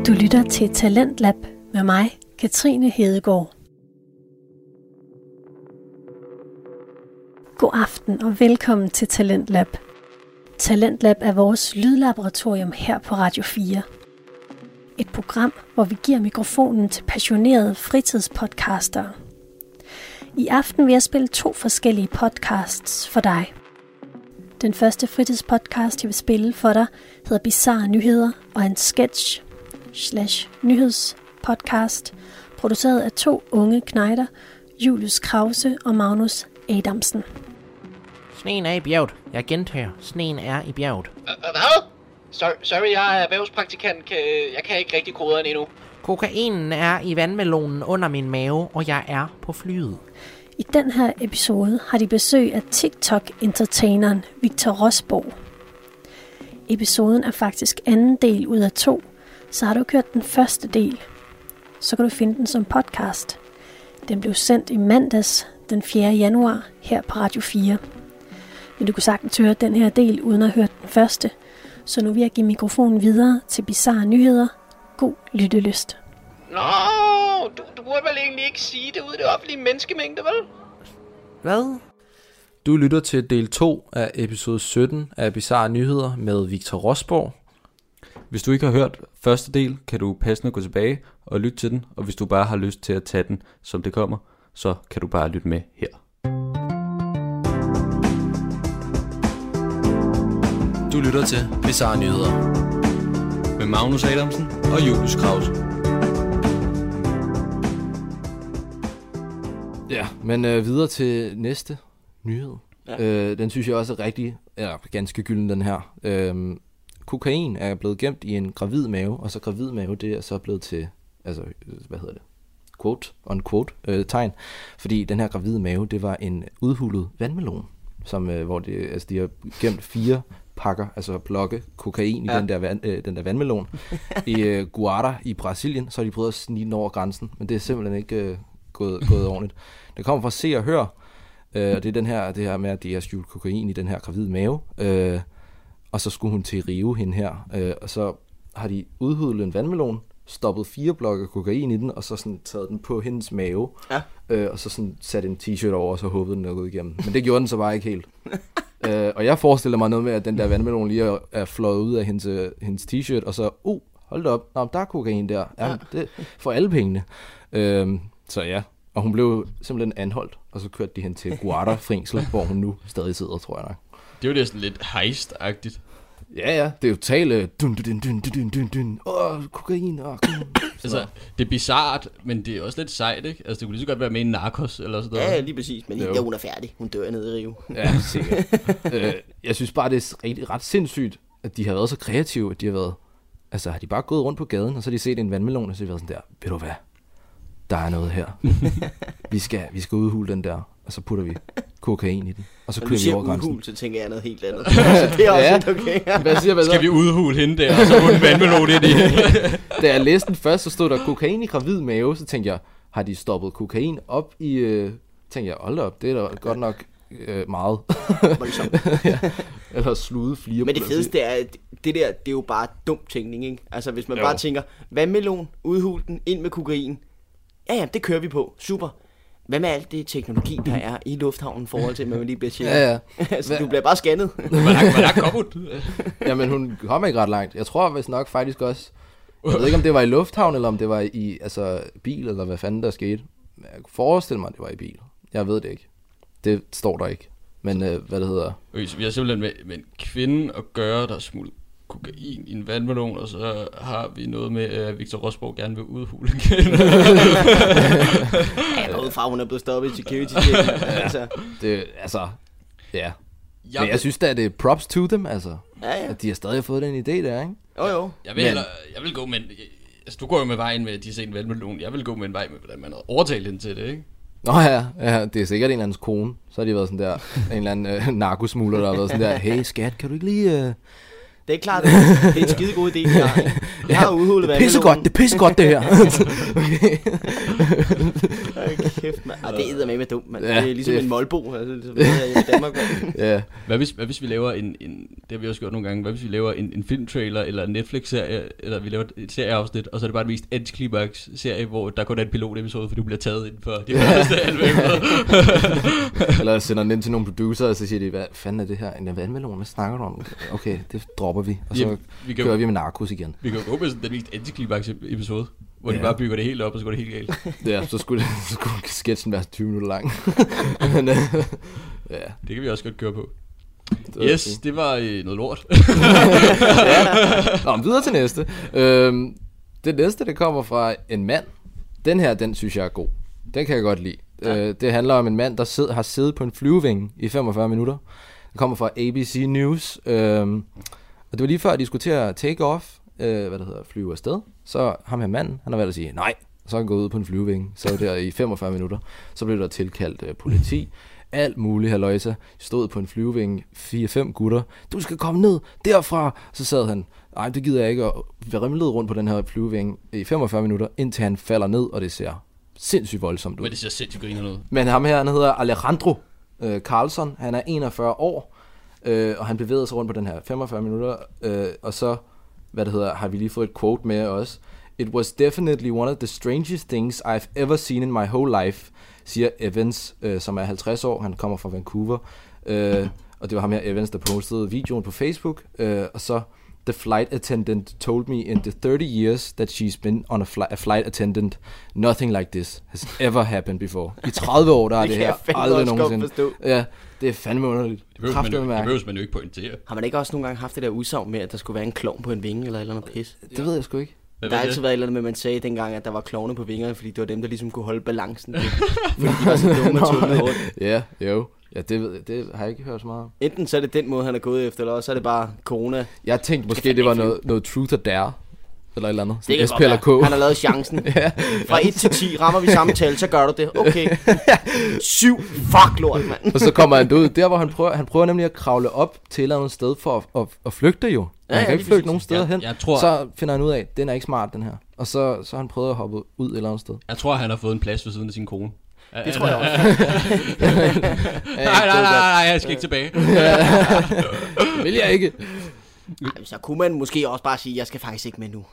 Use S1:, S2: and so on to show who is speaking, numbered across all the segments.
S1: Du lytter til Talentlab med mig, Katrine Hedegaard. God aften og velkommen til Talentlab. Talentlab er vores lydlaboratorium her på Radio 4. Et program, hvor vi giver mikrofonen til passionerede fritidspodcastere. I aften vil jeg spille 2 forskellige podcasts for dig. Den første fritidspodcast, jeg vil spille for dig, hedder Bizarre Nyheder og er en sketch/nyhedspodcast, produceret af 2 unge knejder, Julius Krause og Magnus Adamsen.
S2: Sneen er i bjerget. Jeg gentager. Sneen er i bjerget.
S3: Hvad? Sorry, jeg er erhvervspraktikant. Jeg kan ikke rigtig koderen endnu.
S2: Kokainen er i vandmelonen under min mave, og jeg er på flyet.
S1: I den her episode har de besøg af TikTok-entertaineren Victor Rosborg. Episoden er faktisk anden del ud af 2, så har du hørt den første del, så kan du finde den som podcast. Den blev sendt i mandags den 4. januar her på Radio 4. Men du kunne sagtens høre den her del uden at høre den første, så nu vil jeg give mikrofonen videre til Bizarre Nyheder. God lyttelyst.
S3: Nå, du burde vel egentlig ikke sige det ud i det offentlige menneskemængde, vel?
S2: Hvad?
S4: Du lytter til del 2 af episode 17 af Bizarre Nyheder med Victor Rosborg. Hvis du ikke har hørt første del, kan du passende gå tilbage og lytte til den. Og hvis du bare har lyst til at tage den, som det kommer, så kan du bare lytte med her. Du lytter til Bizarre Nyheder med Magnus Adamsen og Julius Krause. Ja, men videre til næste nyhed. Ja. Den synes jeg også er rigtig, ganske gylden, den her. Kokain er blevet gemt i en gravid mave, og så gravid mave, det er så blevet til, quote, unquote, tegn. Fordi den her gravide mave, det var en udhulet vandmelon, som, hvor de har gemt 4 pakker, altså blokke kokain i den der vandmelon. I Guara i Brasilien, så har de prøvet at snige den over grænsen, men det er simpelthen ikke gået ordentligt. Det kommer fra Se og Hør, og det er det her med, at de har skjult kokain i den her gravide mave, og så skulle hun til Rio, hende her, og så har de udhulet en vandmelon, stoppet 4 blokke kokain i den, og så sådan taget den på hendes mave, og så sådan sat en t-shirt over, og så håbede den at gå igennem. Men det gjorde den så bare ikke helt. Og jeg forestiller mig noget med, at den der vandmelon lige er fløjet ud af hendes t-shirt, og så, hold da op, der er kokain der. Ja, det for alle pengene. Så ja, og hun blev simpelthen anholdt, og så kørte de hen til Guarda-fængsel, hvor hun nu stadig sidder, tror jeg nok.
S5: Det er jo sådan lidt heist-agtigt.
S4: Ja, det er jo tale kokain.
S5: Altså, det er bizart, men det er også lidt sejt, ikke? Altså, det kunne lige så godt være med i Narcos eller sådan noget.
S6: Ja, lige præcis, men ikke da hun er færdig. Hun dør nede i Rio.
S4: Ja, sikkert. Jeg synes bare, det er ret sindssygt, at de har været så kreative, at de har været, altså har de bare gået rundt på gaden, og så har de set en vandmelon, og så har de været sådan der, ved du hvad, der er noget her. Vi skal udhule den der, og så putter vi kokain i den, og så kører vi over grænsen.
S6: Udhul, så tænker jeg noget helt andet. Så det er også okay.
S4: Hvad siger man så?
S5: Skal vi udhule hende der, og så putte en vandmelon ind i?
S4: Da jeg læste den først, så stod der kokain i gravid mave, så tænkte jeg, har de stoppet kokain op i... tænkte jeg, hold op, det er da godt nok meget. Ja. Eller slude flere.
S6: Men det fedeste er, at det er jo bare dum tænkning, ikke? Altså hvis man bare tænker, vandmelon, udhul den, ind med kokain. Ja, det kører vi på. Super. Hvad med alt det teknologi, der er i lufthavnen i forhold til, at man lige bliver tjekket?
S4: Ja.
S6: Altså, du bliver bare scannet.
S5: Hvor langt kom hun?
S4: Jamen, hun kom ikke ret langt. Jeg tror vist nok faktisk også... Jeg ved ikke, om det var i lufthavn, eller om det var i bil, eller hvad fanden der skete. Jeg kunne forestille mig, at det var i bil. Jeg ved det ikke. Det står der ikke. Men hvad det hedder...
S5: Vi har simpelthen med en kvinde at gøre, der smuglet kokain i en vandmelon, og så har vi noget med, at Victor Rosborg gerne vil udhule igen.
S6: Jeg går ud fra, hun er blevet stoppet i security.
S4: Ja. Men jeg synes da, at det er props to them, altså. Ja. At de har stadig fået den idé der, ikke?
S6: Jo.
S5: Jeg vil gå med... Altså, du går jo med vejen med, at de ser en vandmelon. Jeg vil gå med en vej med, hvordan man har overtalt hende til det, ikke?
S4: Nå ja, det er sikkert en eller andens kone. Så har de været sådan der, en eller anden narkosmugler, der har været sådan der, hey skat, kan du ikke lige...
S6: Det er klart, det er en skide god idé, Jeg har udhulet
S4: det er pissegodt, det er pissegodt det her. Okay.
S6: Kæft, mand. Det er eddermame dumt, mand.
S4: Ja,
S6: Det er ligesom
S4: det er
S6: en målbo, altså, det er i Danmark, mand.
S4: Ja.
S5: Hvad hvis vi laver en det har vi også gjort nogle gange, hvad hvis vi laver en filmtrailer eller en Netflix-serie, eller vi laver et serieafsnit, og så er det bare den mest antiklimaks-serie, hvor der kun er en pilotepisode, for du bliver taget ind for de første alvømmer.
S4: Eller sender den ind til nogle producer, og så siger de, hvad fanden er det her? En vandmelon, hvad snakker du om? Okay, det dropper vi, og så kører vi med narkos igen.
S5: Vi kan jo gå med sådan den mest antiklimaks-episode, hvor de bare bygger det helt op, og så går det helt galt.
S4: Ja, så skulle sketchen være 20 minutter lang. Men, ja.
S5: Det kan vi også godt køre på. Yes, det var noget lort.
S4: Nå, videre til næste. Det næste, det kommer fra en mand. Den her, den synes jeg er god. Den kan jeg godt lide. Ja. Det handler om en mand, der har siddet på en flyvevinge i 45 minutter. Det kommer fra ABC News. Og det var lige før, at de skulle til at take off, flyve afsted. Så ham her manden, han har valgt at sige nej. Så er han gået ud på en flyvevinge. Så der i 45 minutter. Så blev der tilkaldt politi. Alt muligt, halløjsa. Stod på en flyvevinge, 4-5 gutter. Du skal komme ned derfra. Så sad han, nej, det gider jeg ikke, og vrimlede rundt på den her flyvevinge i 45 minutter, indtil han falder ned, og det ser sindssygt voldsomt ud.
S5: Men det ser sindssygt griner noget.
S4: Men ham her, han hedder Alejandro Carlson. Han er 41 år, og han bevægede sig rundt på den her 45 minutter, og så, har vi lige fået et quote med også. It was definitely one of the strangest things I've ever seen in my whole life, siger Evans, som er 50 år. Han kommer fra Vancouver. Og det var ham her, Evans, der postede videoen på Facebook. Og så, the flight attendant told me in the 30 years that she's been on a flight attendant, nothing like this has ever happened before. I 30 år, der er det her aldrig nogensinde. Ja, det er fandme underligt.
S5: Det behøves man jo ikke pointere.
S6: Har man ikke også nogle gange haft det der udsagn med, at der skulle være en klovn på en vinge, eller noget pis?
S4: Det ved jeg sgu ikke.
S6: Der har altid været et eller andet med, man sagde dengang, at der var klovne på vingerne, fordi det var dem, der ligesom kunne holde balancen. Fordi de var så dumme og tullede rundt.
S4: Ja, jo. Ja, det har jeg ikke hørt så meget om.
S6: Enten så er det den måde, han er gået efter, eller også er det bare corona.
S4: Jeg tænkte måske, det var noget truth or dare. Eller et eller andet.
S6: Det kan godt være. Han har lavet chancen. Ja. Fra 1 til 10 rammer vi samme tal, så gør du det. Okay. 7. Fuck lort, mand. Og
S4: så kommer han ud. Der hvor han prøver nemlig at kravle op til et eller andet sted for at flygte jo. Han kan ikke flygte nogen steder hen. Så finder han ud af, den er ikke smart, den her. Og så han prøvet at hoppe ud et eller andet sted.
S5: Jeg tror, han har fået en plads ved siden af sin kone.
S6: Det tror jeg også.
S5: Nej, jeg skal ikke tilbage.
S4: Det vil jeg ikke.
S6: Ej, så kunne man måske også bare sige, jeg skal faktisk ikke med nu.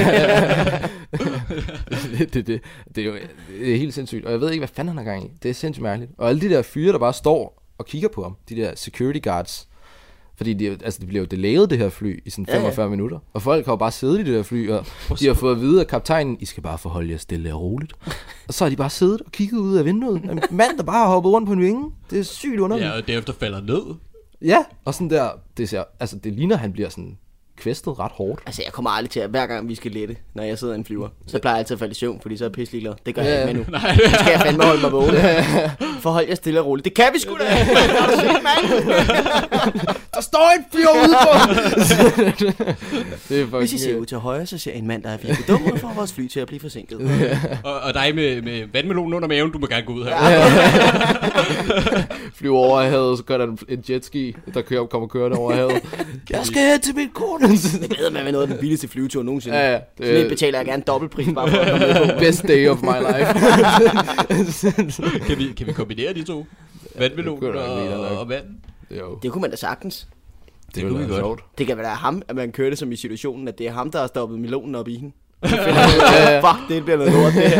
S4: Det er jo helt sindssygt. Og jeg ved ikke, hvad fanden han har gang i. Det er sindssygt mærkeligt. Og alle de der fyre, der bare står og kigger på ham, de der security guards, fordi det bliver jo delayet, det her fly, i sådan 45 minutter. Og folk har jo bare siddet i det der fly, og de har fået at vide af kaptajnen, I skal bare forholde jer stille og roligt. Og så har de bare siddet og kigget ud af vinduet. En mand, der bare har hoppet rundt på en vinge. Det er sygt underligt.
S5: Ja, og derefter falder ned.
S4: Ja, og sådan der, det ligner, han bliver sådan kvæstet ret hårdt.
S6: Altså, jeg kommer aldrig til at, hver gang vi skal lette, når jeg sidder i en flyver, så plejer jeg altid at falde i søvn, fordi så er jeg pisselig glad. Det gør jeg ikke med nu. Så skal jeg fandme holde mig vågen. Forhold jer stille og roligt. Det kan vi sgu da.
S4: Der står en fyr ude på.
S6: Hvis I ser ud til højre, så ser en mand, der er virkelig dum, og får vores fly til at blive forsinket.
S5: Og dig med vandmelonen under maven, du må gerne gå ud her.
S4: Flyver over i havet, så gør der en jetski, der kommer kørende over i havet. Jeg skal hen til min kone.
S6: Det glæder mig med noget af den billigste flyvetur nogensinde. Ja. Det betaler jeg gerne dobbeltpris bare for at komme med på.
S4: Best day of my life.
S5: Kan vi kombinere de to? Vandmelon og vand?
S6: Jo. Det kunne man da sagtens.
S4: Det kunne vi godt. Sjovt.
S6: Det kan være ham, at man kører det som i situationen, at det er ham, der har stoppet melonen op i hende. Fuck, det bliver noget lort, det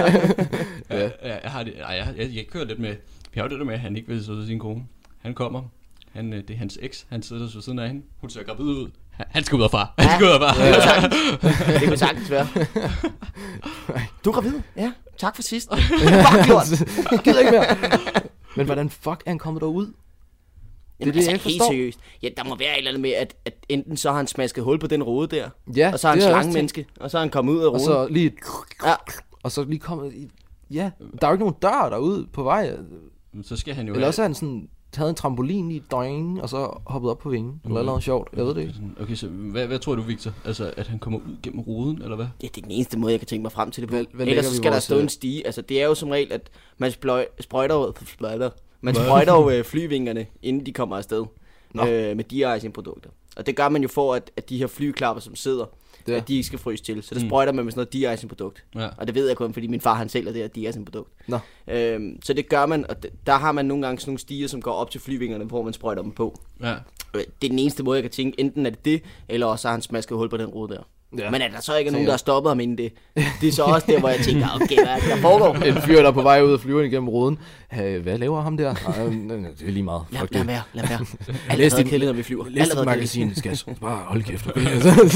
S6: her.
S5: Jeg kører lidt med. Vi har det der med, at han ikke vil sidde sin kone. Han kommer. Det er hans eks. Han sidder ved siden af hende. Hun ser gravid ud. Han skal ud af far. Han skal ud af far.
S6: Det kunne sagtens være. Du er gravid? Ja. Tak for sidst. Fuck lort.
S4: Jeg gider ikke mere. Men hvordan fuck er han kommet derud?
S6: Jamen, det er det, helt seriøst. Ja, der må være et eller andet med, at enten så har han smasket hul på den rode der,
S4: ja,
S6: og så er han slangemenneske, og så er han kommet ud af roden.
S4: Og så lige og så lige kommet ja, der er jo ikke nogen dør derude på vej.
S5: Så skal han jo
S4: eller også er han sådan taget en trampolin i døgnen, og så hoppet op på vingen. Eller noget sjovt, jeg ved det ikke.
S5: Okay, så hvad tror du, Victor? Altså, at han kommer ud gennem ruden, eller hvad?
S6: Ja, det er den eneste måde, jeg kan tænke mig frem til det på. Ellers så skal der stå en stige. Altså, det er jo som regel, at man sprøjter jo flyvingerne, inden de kommer afsted med de-icing-produkter. Og det gør man jo for, at de her flyklapper, som sidder, at de ikke skal fryse til. Så det sprøjter man med sådan noget de-icing-produkt.
S5: Ja.
S6: Og det ved jeg kun, fordi min far han sælger det her de-icing-produkt.
S4: Nå.
S6: Så det gør man, og der har man nogle gange sådan nogle stiger, som går op til flyvingerne, hvor man sprøjter dem på.
S5: Ja.
S6: Det er den eneste måde, jeg kan tænke. Enten er det, eller også har han smasket hul på den rode der.
S4: Ja.
S6: Men er der så ikke nogen, der har stoppet ham inden det? Det er så også der, hvor jeg tænker, okay, hvad er det, der foregår?
S4: En fyr, der er på vej ud af flyveren igennem ruden. Hvad laver ham der? Det er lige meget.
S6: Lad være. Alt er kedeligt, når vi flyver.
S4: Læs dit magasin, skat. Bare hold kæft. Okay.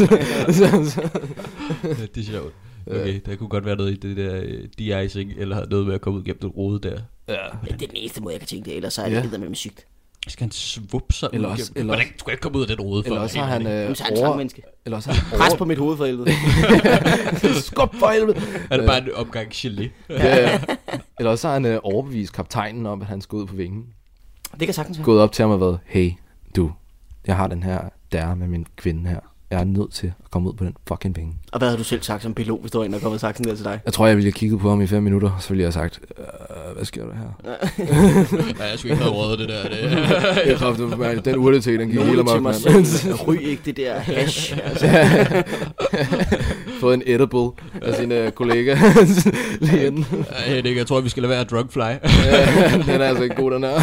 S5: Det er sjovt. Okay, der kunne godt være noget i det der de-icing, eller noget med at komme ud gennem den rode der.
S6: Ja. Det er den eneste måde, jeg kan tænke det, ellers så er det lidt med mig sygt.
S5: Skal han svuppe sig
S4: eller
S5: ud
S4: også,
S5: gennem? Hvordan skulle jeg ikke komme ud af den rode for?
S4: Eller også har han
S6: Eller også pres på mit hoved for helvede.
S4: Skub for helvede.
S5: Er det bare en omgang gelé?
S4: Ja. Eller også har han overbevist kaptajnen om, at han skal ud på vingen.
S6: Det kan sagtens være.
S4: Gået op til ham og været, hey, du, jeg har den her der med min kvinde her. Jeg er nødt til at komme ud på den fucking vinge.
S6: Og hvad har du selv sagt som pilot, hvis du var inde og kommet og sagt sådan der til dig?
S4: Jeg tror, jeg ville have kigget på ham i 5 minutter, så ville jeg have sagt, hvad sker der her?
S5: Nej, jeg skulle ikke have rådet det der.
S4: Jeg kræfter på mig. Den urtetet, den gik hele amok,
S6: mand. Ryg ikke det der hash. Altså.
S4: Fået en edible af sine kollegaer lige inden.
S5: Henrik, jeg tror, vi skal lade være at drugfly.
S4: Den er altså ikke god, den her.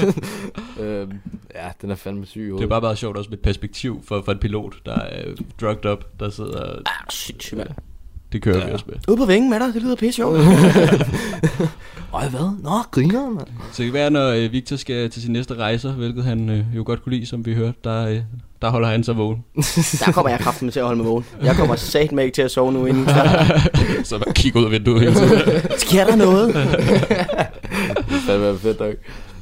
S4: Ja, den er fandme syg.
S5: Det er bare meget sjovt også med et perspektiv for en pilot, der er drugged up, der sidder...
S6: Sindssygt, mand.
S5: Det kører vi også med.
S6: Ude på vingen med dig, det lyder pisse sjovt.
S4: Øj, hvad? Nå, griner, mand.
S5: Så det kan være, når Victor skal til sin næste rejser, hvilket han jo godt kunne lide, som vi hørte, der holder han sig vågen.
S6: Der kommer jeg kraften til at holde mig vågen. Jeg kommer satme ikke til at sove nu inden.
S5: Så bare kigge ud af vinduet hele tiden.
S6: Sker der noget?
S4: Det fandme fedt nok.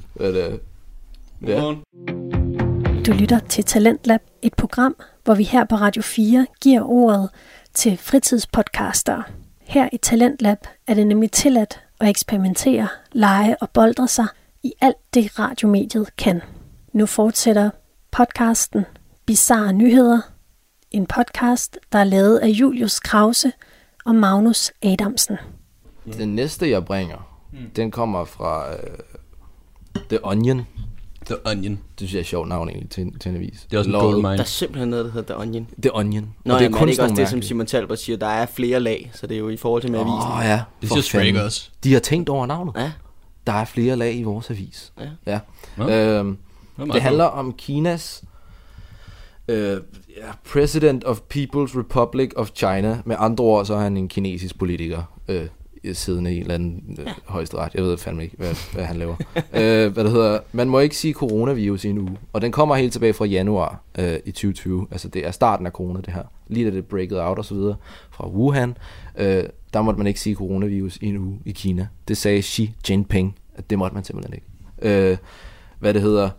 S4: Ja.
S1: Du lytter til Talentlab, et program, hvor vi her på Radio 4 giver ordet til fritidspodcastere. Her i Talentlab er det nemlig tilladt at eksperimentere, lege og boldre sig i alt det radiomediet kan. Nu fortsætter podcasten Bizarre Nyheder, en podcast, der er lavet af Julius Krause og Magnus Adamsen.
S4: Den næste, jeg bringer, den kommer fra The Onion.
S5: The Onion.
S4: Det synes jeg er et sjovt navn egentlig til en avis.
S5: Det er også en gold mine.
S6: Der er simpelthen noget, der hedder The Onion.
S4: The Onion.
S6: Nå,
S4: og det
S6: er ikke også det, som Simon Talbot siger, der er flere lag, så det er jo i forhold til med avisen.
S4: Ja.
S5: Det siger Strake også.
S4: De har tænkt over navnet.
S6: Ja.
S4: Der er flere lag i vores avis. Ja.
S5: Det
S4: handler om Kinas President of People's Republic of China. Med andre ord, så er han en kinesisk politiker. Siddende i en eller anden højesteret. Jeg ved fandme ikke, hvad han laver. Hvad det hedder, man må ikke sige coronavirus i en uge. Og den kommer helt tilbage fra januar i 2020. Altså det er starten af corona, det her. Lige da det breaked out og så videre fra Wuhan. Der måtte man ikke sige coronavirus i en uge i Kina. Det sagde Xi Jinping, at det måtte man simpelthen ikke. Hvad det hedder.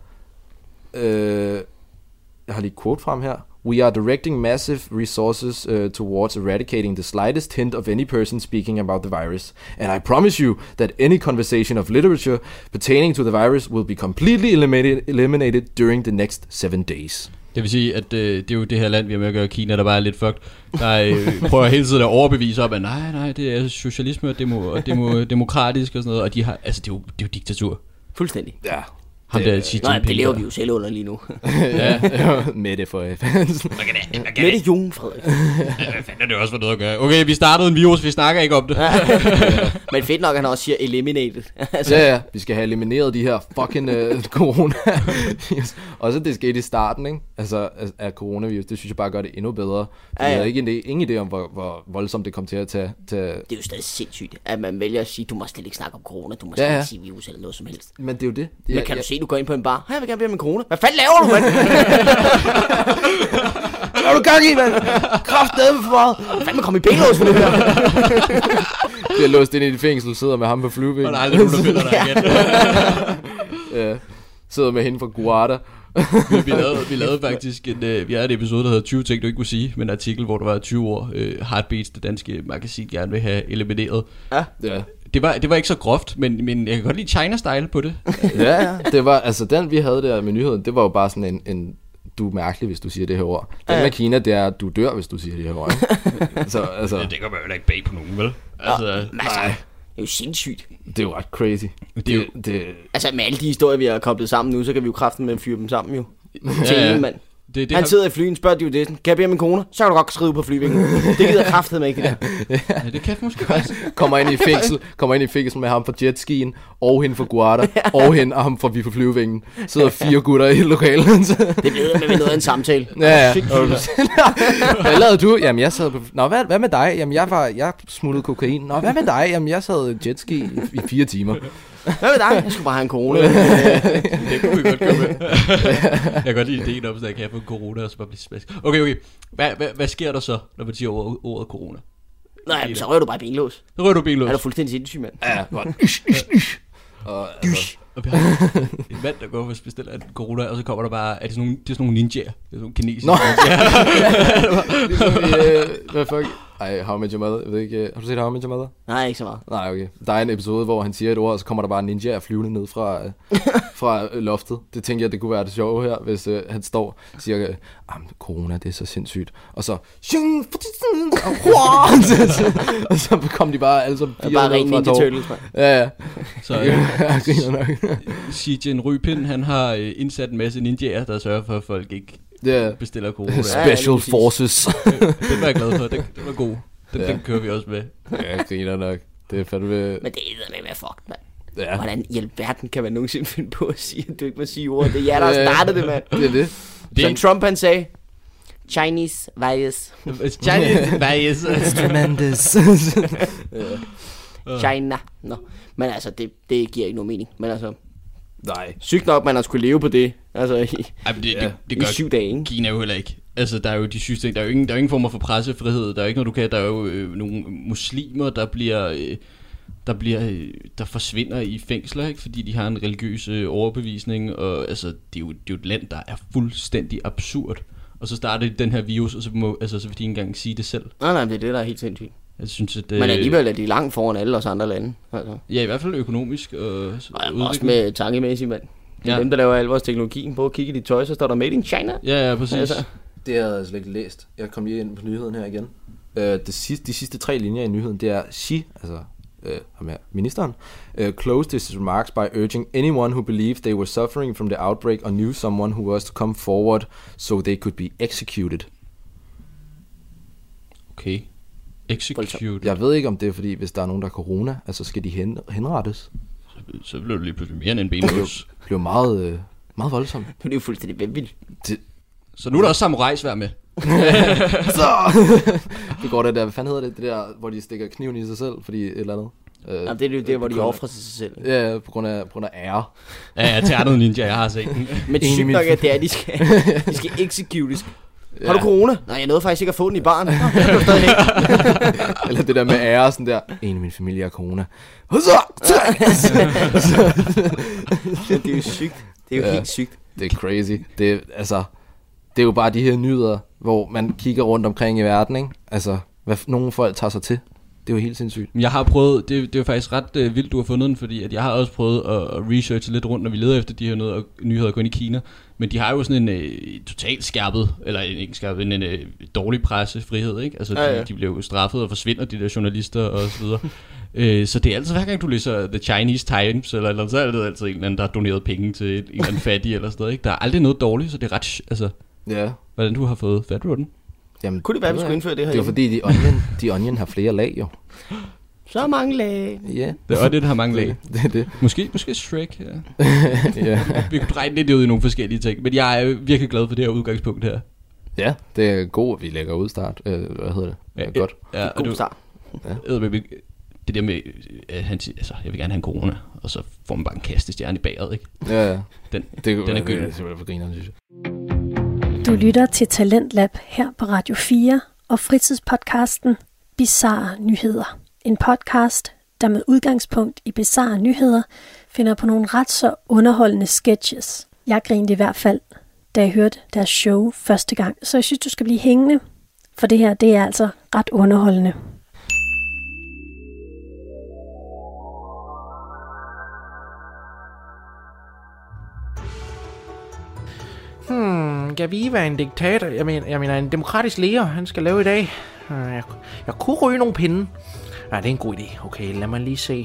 S4: Jeg har lige et quote frem her. We are directing massive resources towards eradicating the slightest hint of any person speaking about the virus. And I promise you that any conversation of literature pertaining to the virus will be completely eliminated during the next 7 days.
S5: Det vil sige, at det er jo det her land, vi har med at gøre, Kina, der bare er lidt fucked. Der prøver hele tiden at overbevise op, at nej, det er socialisme og demokratisk og sådan noget. Og de har, altså det er jo diktatur.
S6: Fuldstændig.
S4: Ja.
S6: Det lever vi jo selv under lige nu.
S4: Med det for
S6: Mette Jung Frederik.
S5: Hvad fanden er det også for noget at gøre? Okay, vi startede en virus, vi snakker ikke om det.
S6: Men fedt nok, at han også siger eliminated.
S4: Altså. Ja, vi skal have elimineret de her fucking corona. Også det skete i starten, ikke? Altså af coronavirus, det synes jeg bare gør det endnu bedre. Jeg havde ingen idé om, hvor voldsomt det kom til at tage. Det
S6: er jo stadig sindssygt, at man vælger at sige, du må slet ikke snakke om corona, du må slet ikke sige virus eller noget som helst.
S4: Men det er jo det.
S6: Men kan du se, du går ind på en bar, jeg vil gerne blive med corona. Hvad fanden laver du, mand? Hvad er du gang i, mand? Kraftedeme for meget. Hvad fanden komme i benlås for det her?
S4: Det er låst ind i et fængsel, sidder med ham på flyvingen.
S5: Og der er aldrig nogen, der finder dig igen.
S4: Ja, sidder med hende fra Guarda.
S5: vi lavede faktisk vi havde en episode, der hedder 20 ting, du ikke kunne sige, med en artikel, hvor der var 20 år Heartbeats, det danske magasin, gerne vil have elimineret.
S4: Ja.
S5: Det var ikke så groft, men jeg kan godt lide China-style på det.
S4: Ja. Det var, altså den vi havde der med nyheden, det var jo bare sådan en du er mærkelig, hvis du siger det her ord. Den med Kina, det er, du dør, hvis du siger det her ord. Så, altså,
S5: det kommer jo ikke bag på nogen, vel? Altså,
S6: nej. Det er jo sindssygt.
S4: Det er jo ret crazy.
S6: Altså med alle de historier, vi har koblet sammen nu, så kan vi jo kraften med at fyre dem sammen jo. Ja. Mand. Han sidder i flyen, spørger de jo det, kan jeg bede min kone? Så kan du godt skrive på flyvingen. Det gider kraftedeme ikke, det der.
S5: Ja, det kan måske også.
S4: Kommer ind i fængsel med ham fra jetskien, og hende fra Guarda, og ham fra Vi på flyvingen. Sidder 4 gutter i lokalet.
S6: Det bliver med noget af en samtale.
S4: Ja. Hvad lavede du? Jamen, jeg sad på... Nå, hvad med dig? Jamen, jeg smuttede kokain. Nå, hvad med dig? Jamen, jeg sad jetski i 4 timer.
S6: Hvad med dig? Jeg skulle bare have en corona.
S5: Det kunne vi godt gøre med. Jeg kan godt lide ideen om, at jeg kan få corona og så bare blive smask. Okay. Hvad sker der så, når man siger ordet corona?
S6: Nej, så rører du bare benlås.
S5: Så rører du benlås.
S6: Er du fuldstændig sindssyg, mand?
S4: Ja, godt.
S5: Og vi har en mand, der går og bestiller en corona, og så kommer der bare, det er sådan nogle ninjaer. Det er sådan nogle kinesiske ninjaer.
S4: Hvad fuck? Ej, How I Met Your Mother. Jeg ved ikke, har du set How I Met Your Mother?
S6: Nej, ikke så meget.
S4: Nej, okay. Der er en episode, hvor han siger et ord, og så kommer der bare en ninja flyvende ned fra loftet. Det tænker jeg, det kunne være det sjove her, hvis han står og siger, corona, det er så sindssygt. Og så... og så kom de bare alle sammen 4
S6: bare ren Ninja Turtles, man.
S4: Ja.
S5: Så Xi Jinping, han har indsat en masse ninjaer, der sørger for, at folk ikke bestiller corona.
S4: Special Forces.
S5: Den var jeg glad for. Den var god. Den kører vi også med.
S4: Ja, griner nok. Det er fandme...
S6: Men det er med fucked, mand.
S4: Ja.
S6: Hvordan i alverden kan man nogensinde finde på at sige, at du ikke må sige ordet? Det er jer, der har startet det, mand.
S4: Det er det.
S6: Det er Trump, han sagde. Chinese virus.
S5: Chinese virus.
S4: It's tremendous.
S6: China. Nå. Men altså, det giver ikke nogen mening. Men altså...
S4: Nej.
S6: Sygt nok, man har skulle leve på det. Altså
S5: det gør
S6: 7 dage, ikke?
S5: Kina jo heller ikke. Altså, der er jo de sygeste ting. Der er jo ingen former for pressefrihed. Der er ikke noget, du kan. Der er jo nogle muslimer, der forsvinder i fængsler, ikke? Fordi de har en religiøs overbevisning. Og altså, det er jo et land, der er fuldstændig absurd. Og så starter den her virus, og så vil de ikke engang sige det selv.
S6: Nej, det er det, der er helt sindssygt.
S5: Jeg synes, at,
S6: men alligevel er de langt foran alle os andre lande. Altså.
S5: Ja, i hvert fald økonomisk. Og
S6: også med tankemæssigt, mand. Ja. Dem, der laver al vores teknologi. Prøv at kigge i dit tøj, så står der Made in China.
S5: Ja, præcis. Altså.
S4: Det havde jeg slet ikke læst. Jeg kom lige ind på nyheden her igen. De sidste 3 linjer i nyheden, det er Xi, altså ministeren, closed his remarks by urging anyone who believed they were suffering from the outbreak or knew someone who was to come forward so they could be executed.
S5: Okay. Executed.
S4: Jeg ved ikke, om det er fordi, hvis der er nogen, der er corona, altså skal de henrettes.
S5: Så blev det lige pludselig mere end en benlås.
S4: Det blev meget, meget voldsomt.
S6: Det er jo fuldstændig vanvittigt.
S5: Så nu er der også samurajsværd med.
S4: Så det går det der, hvad fanden hedder det der, hvor de stikker kniven i sig selv, fordi et eller andet.
S6: Jamen, det er jo der, hvor de offrer sig selv.
S4: Ja, på grund af ære.
S5: Ja, ternet ninja, jeg har set den.
S6: Men sygt nok, at det er, de skal executes. Ja. Har du corona? Nej, jeg nåede faktisk ikke at få den i baren.
S4: Eller det der med ære, sådan der. En af min familie har corona.
S6: Det er jo sygt. Det er jo helt sygt.
S4: Det er crazy. Det er jo bare de her nyheder, hvor man kigger rundt omkring i verden, ikke? Altså, hvad nogle folk tager sig til. Det er jo helt sindssygt.
S5: Jeg har prøvet, det er jo faktisk ret vildt, du har fundet den, fordi at jeg har også prøvet at researche lidt rundt, når vi leder efter de her nyheder kun i Kina. Men de har jo sådan en totalt skærpet, eller ikke skærpet, en dårlig pressefrihed, ikke? Altså, de bliver jo straffet og forsvinder, de der journalister og så videre. Så det er altid, hver gang du læser The Chinese Times, eller så er det altid en eller anden, der har doneret penge til en eller anden fattig eller sådan noget, ikke? Der er aldrig noget dårligt, så det er ret, altså...
S4: Ja.
S5: Hvordan du har fået fat på den?
S4: Jamen,
S6: kunne det være, at vi skulle indføre det her?
S4: Det er fordi, de onion har flere lag, jo.
S6: Så mange lag.
S4: Ja.
S5: Yeah. Og det har mange lag.
S4: Det er det.
S5: Måske Shrek, ja. Vi kunne dreje lidt ud i nogle forskellige ting. Men jeg er virkelig glad for det her udgangspunkt her.
S4: Ja, det er godt, at vi lægger ud start. Hvad hedder det? Ja, godt.
S6: Ja, god start.
S5: Ja. Det der med, at han siger, altså, jeg vil gerne have en corona, og så får man bare en kastestjerne i bageret, ikke?
S4: Ja.
S5: Den er
S4: gylden.
S5: Det
S4: er simpelthen for grineren, synes jeg.
S1: Du lytter til Talentlab her på Radio 4 og fritidspodcasten Bizarre Nyheder. En podcast, der med udgangspunkt i bizarre nyheder finder på nogle ret så underholdende sketches. Jeg grinede i hvert fald, da jeg hørte deres show første gang, så jeg synes, du skal blive hængende, for det her, det er altså ret underholdende.
S2: Kan vi være en diktator? Jeg mener en demokratisk leder, han skal lave i dag. Jeg kunne ryge nogle pinde. Nej, det er en god idé. Okay, lad mig lige se.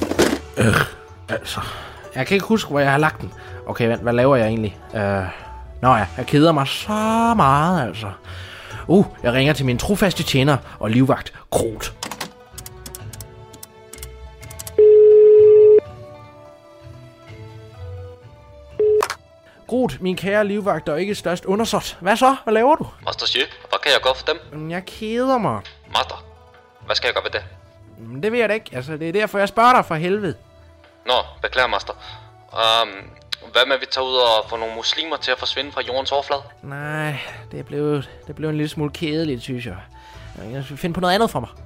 S2: Altså, jeg kan ikke huske, hvor jeg har lagt den. Okay, vent, hvad laver jeg egentlig? Nå ja, jeg keder mig så meget, altså. Jeg ringer til min trofaste tjener og livvagt, Groth. Groth, min kære livvagt og ikke størst undersåt. Hvad så? Hvad laver du?
S7: Master Xi, hvad kan jeg gøre for dem?
S2: Jeg keder mig.
S7: Master, hvad skal jeg gøre ved det?
S2: Det ved jeg da ikke. Altså, det er derfor, jeg spørger dig for helvede.
S7: Nå, beklager, Master. Hvad med, at vi tager ud og får nogle muslimer til at forsvinde fra jordens overflade?
S2: Nej, det blev en lille smule kedeligt, synes jeg. Jeg skal finde på noget andet for mig.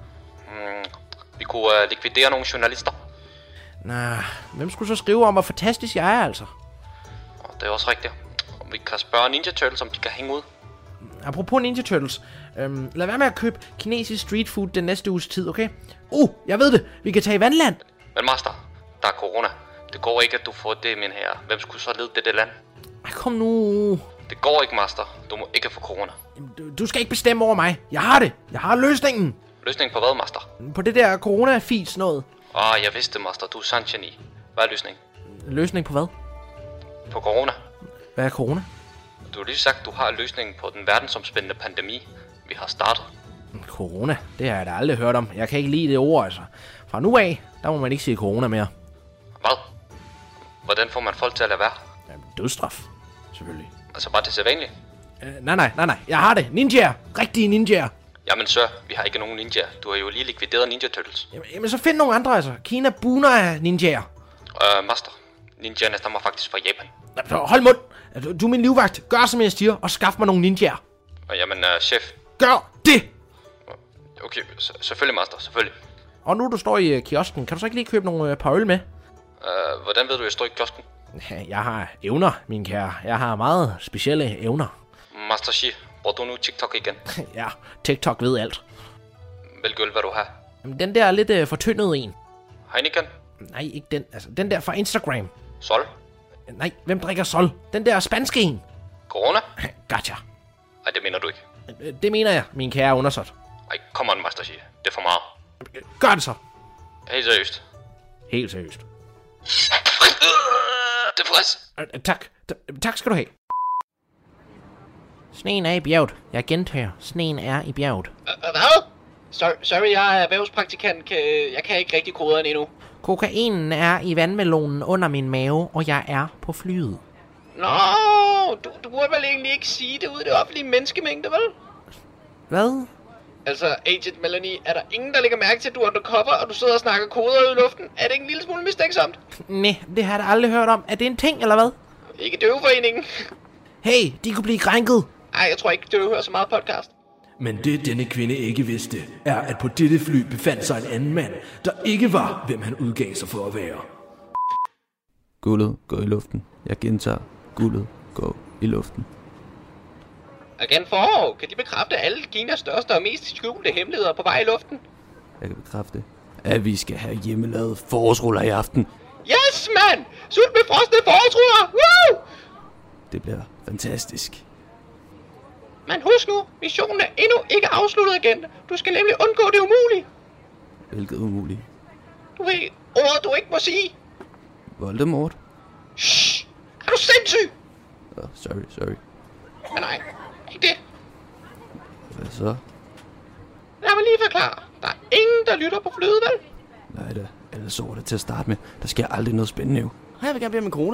S7: Vi kunne likvidere nogle journalister.
S2: Nej, hvem skulle så skrive om, hvor fantastisk jeg er, altså?
S7: Det er også rigtigt. Vi kan spørge Ninja Turtles, om de kan hænge ud.
S2: Apropos Ninja Turtles. Lad være med at købe kinesisk street food den næste uges tid, okay? Jeg ved det. Vi kan tage i Vandland.
S7: Men Master, der er corona. Det går ikke, at du får det, min herre. Hvem skulle så lede det land?
S2: Ej, kom nu.
S7: Det går ikke, Master. Du må ikke få corona.
S2: Du skal ikke bestemme over mig. Jeg har det. Jeg har løsningen.
S7: Løsningen på hvad, Master?
S2: På det der corona-fis noget.
S7: Jeg vidste det, Master. Du er sandt geni. Hvad er løsningen?
S2: Løsning på hvad?
S7: På corona.
S2: Hvad er corona?
S7: Du har lige sagt, du har løsningen på den verdensomspændende pandemi, vi har startet.
S2: Corona? Det har jeg da aldrig hørt om. Jeg kan ikke lide det ord, altså. Fra nu af, der må man ikke sige corona mere.
S7: Hvad? Hvordan får man folk til at lade være?
S2: Dødsstraf. Selvfølgelig.
S7: Altså bare det sædvanlige?
S2: Nej. Jeg har det. Ninjaer. Rigtige ninjaer.
S7: Jamen sir, vi har ikke nogen ninjaer. Du har jo lige likvideret Ninja Turtles.
S2: Jamen så find nogle andre, altså. Kina buner af ninjaer.
S7: Master, ninjaerne stammer faktisk fra Japan.
S2: Hold mund. Du er min livvagt. Gør som jeg siger, og skaff mig nogle ninjaer.
S7: Jamen, chef.
S2: Gør det!
S7: Okay, selvfølgelig, Master, selvfølgelig.
S2: Og nu du står i kiosken, kan du så ikke lige købe nogle par øl med?
S7: Hvordan ved du, jeg står i kiosken?
S2: Jeg har evner, min kære. Jeg har meget specielle evner.
S7: Master Xi, bruger du nu TikTok igen?
S2: Ja, TikTok ved alt.
S7: Hvilken øl vil du have?
S2: Den der lidt fortyndede en.
S7: Heineken?
S2: Nej, ikke den. Altså, den der fra Instagram.
S7: Sol?
S2: Nej, hvem drikker Sol? Den der spanske en.
S7: Corona?
S2: Gotcha.
S7: Nej, det mener du ikke.
S2: Det mener jeg, min kære undersåt.
S7: Ej, come on, Master Xi. Det er for meget.
S2: Gør det så.
S7: Helt seriøst.
S2: Helt seriøst.
S7: Det er frisk.
S2: Tak skal du have. Sneen er i bjerget. Jeg gentager. Sneen er i bjerget.
S3: Hvad? Sorry, jeg er erhvervspraktikant. Jeg kan ikke rigtig koderne endnu.
S2: Kokainen er i vandmelonen under min mave, og jeg er på flyet.
S3: Nå, du burde vel egentlig ikke sige det ud i det offentlige menneskemængde, vel?
S2: Hvad?
S3: Altså, Agent Melanie, er der ingen, der lægger mærke til, at du er undercover, og du sidder og snakker koder ud i luften? Er det ikke en lille smule mistænksomt?
S2: Nej, det har jeg da aldrig hørt om. Er det en ting, eller hvad?
S3: Ikke Døveforeningen.
S2: Hey, de kunne blive krænket.
S3: Ej, jeg tror ikke, Døve hører så meget podcast.
S8: Men det denne kvinde ikke vidste, er, at på dette fly befandt sig en anden mand, der ikke var, hvem han udgav sig for at være.
S5: Guldet går i luften. Jeg gentager. Guldet går i luften.
S3: Agent Forhåg, kan de bekræfte alle Kinas største og mest skjulte hemmeligheder på vej i luften?
S5: Jeg kan bekræfte, at vi skal have hjemmelavet forårsruller i aften.
S3: Yes, mand! Sult med frosne forårsruller! Woo!
S5: Det bliver fantastisk.
S3: Men husk nu, missionen er endnu ikke afsluttet, agent. Du skal nemlig undgå det umulige.
S5: Hvilket umuligt?
S3: Du ved, ordet du ikke må sige.
S5: Voldemort?
S3: Shh! Er du sindssyg?
S5: Sorry.
S3: Men nej, ikke det.
S5: Hvad så?
S3: Lad mig lige forklare. Der er ingen, der lytter på flyet, vel?
S5: Nej da, alle så det til at starte med. Der sker aldrig noget spændende jo.
S6: Jeg vil gerne bede om en corona.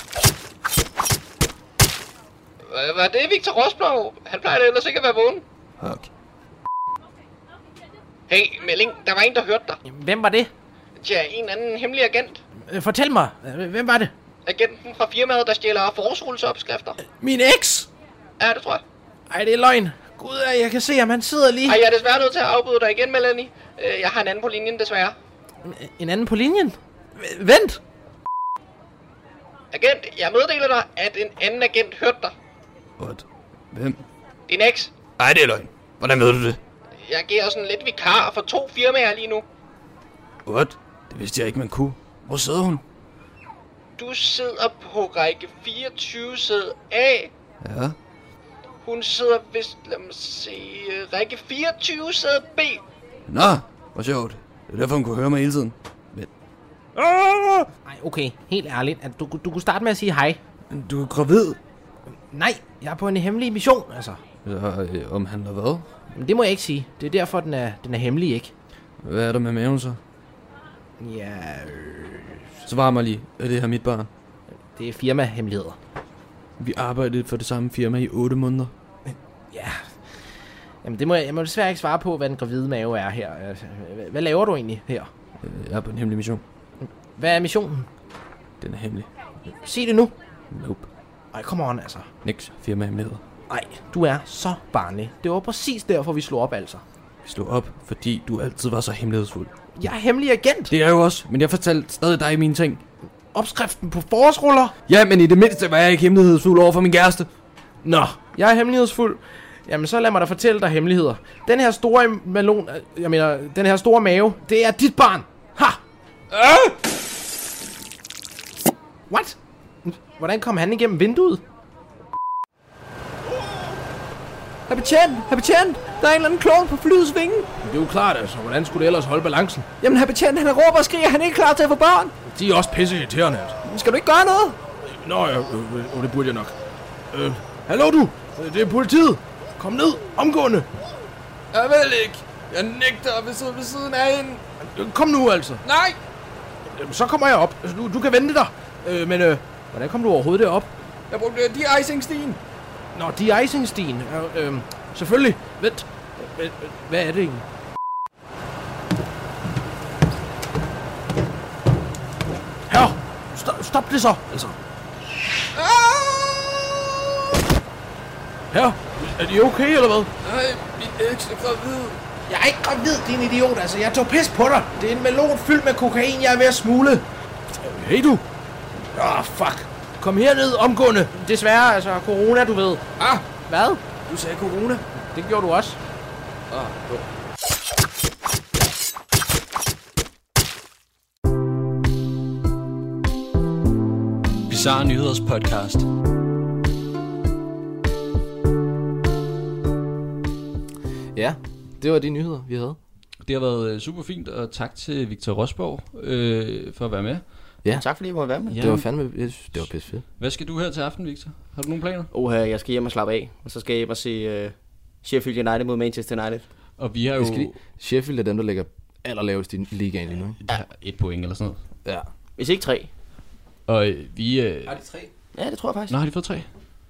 S3: Var det Victor Rosblov? Han plejer da ellers ikke at være vågen.
S5: Okay.
S3: Hey, Melling, der var en, der hørte dig.
S2: Hvem var det?
S3: Tja, en anden hemmelig agent.
S2: Fortæl mig. Hvem var det?
S3: Agenten fra firmaet, der stjæler forårsrullesopskrifter.
S2: Min eks!
S3: Ja, det tror jeg.
S2: Ej, det er løgn. Gud, jeg kan se, at han sidder lige...
S3: Ej, jeg er desværre nødt til at afbryde dig igen, Melanie. Jeg har en anden på linjen, desværre.
S2: En anden på linjen? Vent!
S3: Agent, jeg meddeler dig, at en anden agent hørte dig.
S5: What? Hvem?
S3: Din eks.
S5: Ej, det er løgn. Hvordan ved du det?
S3: Jeg giver sådan lidt vikar for 2 firmaer lige nu.
S5: What? Det vidste jeg ikke, man kunne. Hvor sidder hun?
S3: Du sidder på række 24 sæde A.
S5: Ja.
S3: Hun sidder vist, lad mig se, række 24 sæde B.
S5: Nå, hvor sjovt. Det er derfor, hun kunne høre mig hele tiden. Men...
S2: Nej, okay. Helt ærligt. At du kunne starte med at sige hej.
S5: Du er gravid.
S2: Nej, jeg er på en hemmelig mission, altså.
S8: Omhandler hvad?
S2: Men det må jeg ikke sige. Det er derfor, den er hemmelig, ikke?
S8: Hvad er der med maven så?
S2: Ja,
S8: Svar mig lige. Er det her mit barn?
S2: det er firmahemmeligheder.
S8: Vi arbejdede for det samme firma i 8 måneder.
S2: Ja. Jamen, jeg må desværre ikke svare på, hvad den gravide mave er her. Hvad laver du egentlig her?
S8: Jeg er på en hemmelig mission.
S2: Hvad er missionen?
S8: Den er hemmelig.
S2: Sig det nu.
S8: Nope.
S2: Ej, come on, altså.
S8: Niks. Firmahemmeligheder.
S2: Nej, du er så barnlig. Det var præcis derfor, vi slog op, altså.
S8: Vi slog op, fordi du altid var så hemmelighedsfuld.
S2: Jeg er hemmelig agent.
S8: Det er jeg jo også, men jeg fortalte stadig dig mine ting.
S2: Opskriften på forårsruller.
S8: Ja, men i det mindste var jeg ikke hemmelighedsfuld over for min kæreste.
S2: Nå, jeg er hemmelighedsfuld. Jamen, så lad mig da fortælle dig hemmeligheder. Den her store melon, den her store mave, det er dit barn. Ha! What? Hvordan kom han igennem vinduet?
S8: Herr betjent, der er en eller anden klon på flyets vinge.
S2: Det er jo klart, altså. Hvordan skulle det ellers holde balancen?
S8: Jamen, herr betjent, han råber og skriger, han er ikke klar til at få børn.
S2: De er også pisse irriterende, altså.
S8: Skal du ikke gøre noget?
S2: Nå, ja, det burde jeg nok. Hallo du, det er politiet. Kom ned, omgående.
S8: Jeg vil ikke. Jeg nægter at sidde ved siden af hende.
S2: Kom nu, altså.
S8: Nej!
S2: Så kommer jeg op. Du kan vente dig. Men hvordan kom du overhovedet derop?
S8: Jeg brugte de-icing-stien.
S2: Nå, de-icing-stien. Selvfølgelig. Vent. Hvad er det egentlig? Her! Stop det så, altså. Her! Er de okay, eller hvad?
S8: Nej, min eks er gravid.
S2: Jeg er ikke gravid, din idiot, altså. Jeg tog pis på dig. Det er en melon fyldt med kokain, jeg er ved at smule. Hey du! Fuck. Kom herned omgående. Desværre, altså corona, du ved. Hvad?
S8: Du sagde corona.
S2: Det gjorde du også.
S8: Jo.
S5: Bizarre Nyheders podcast.
S4: Ja, det var de nyheder, vi havde.
S5: Det har været super fint, og tak til Victor Rosborg for at være med.
S4: Ja.
S6: Tak fordi jeg måtte være med.
S5: Ja.
S4: Det var fandme, jeg synes, det var pisse fedt.
S5: Hvad skal du her til aften, Victor? Har du nogle planer?
S6: Jeg skal hjem og slappe af, og så skal jeg hjem og se Sheffield United mod Manchester United.
S5: Og vi har jo...
S4: Sheffield er dem, der ligger allerlavest i ligaen lige nu.
S5: Ja, 1 point eller sådan noget.
S4: Ja.
S6: Hvis ikke 3.
S5: Og vi...
S4: Har de 3?
S6: Ja, det tror jeg faktisk.
S5: Nå, har de fået 3?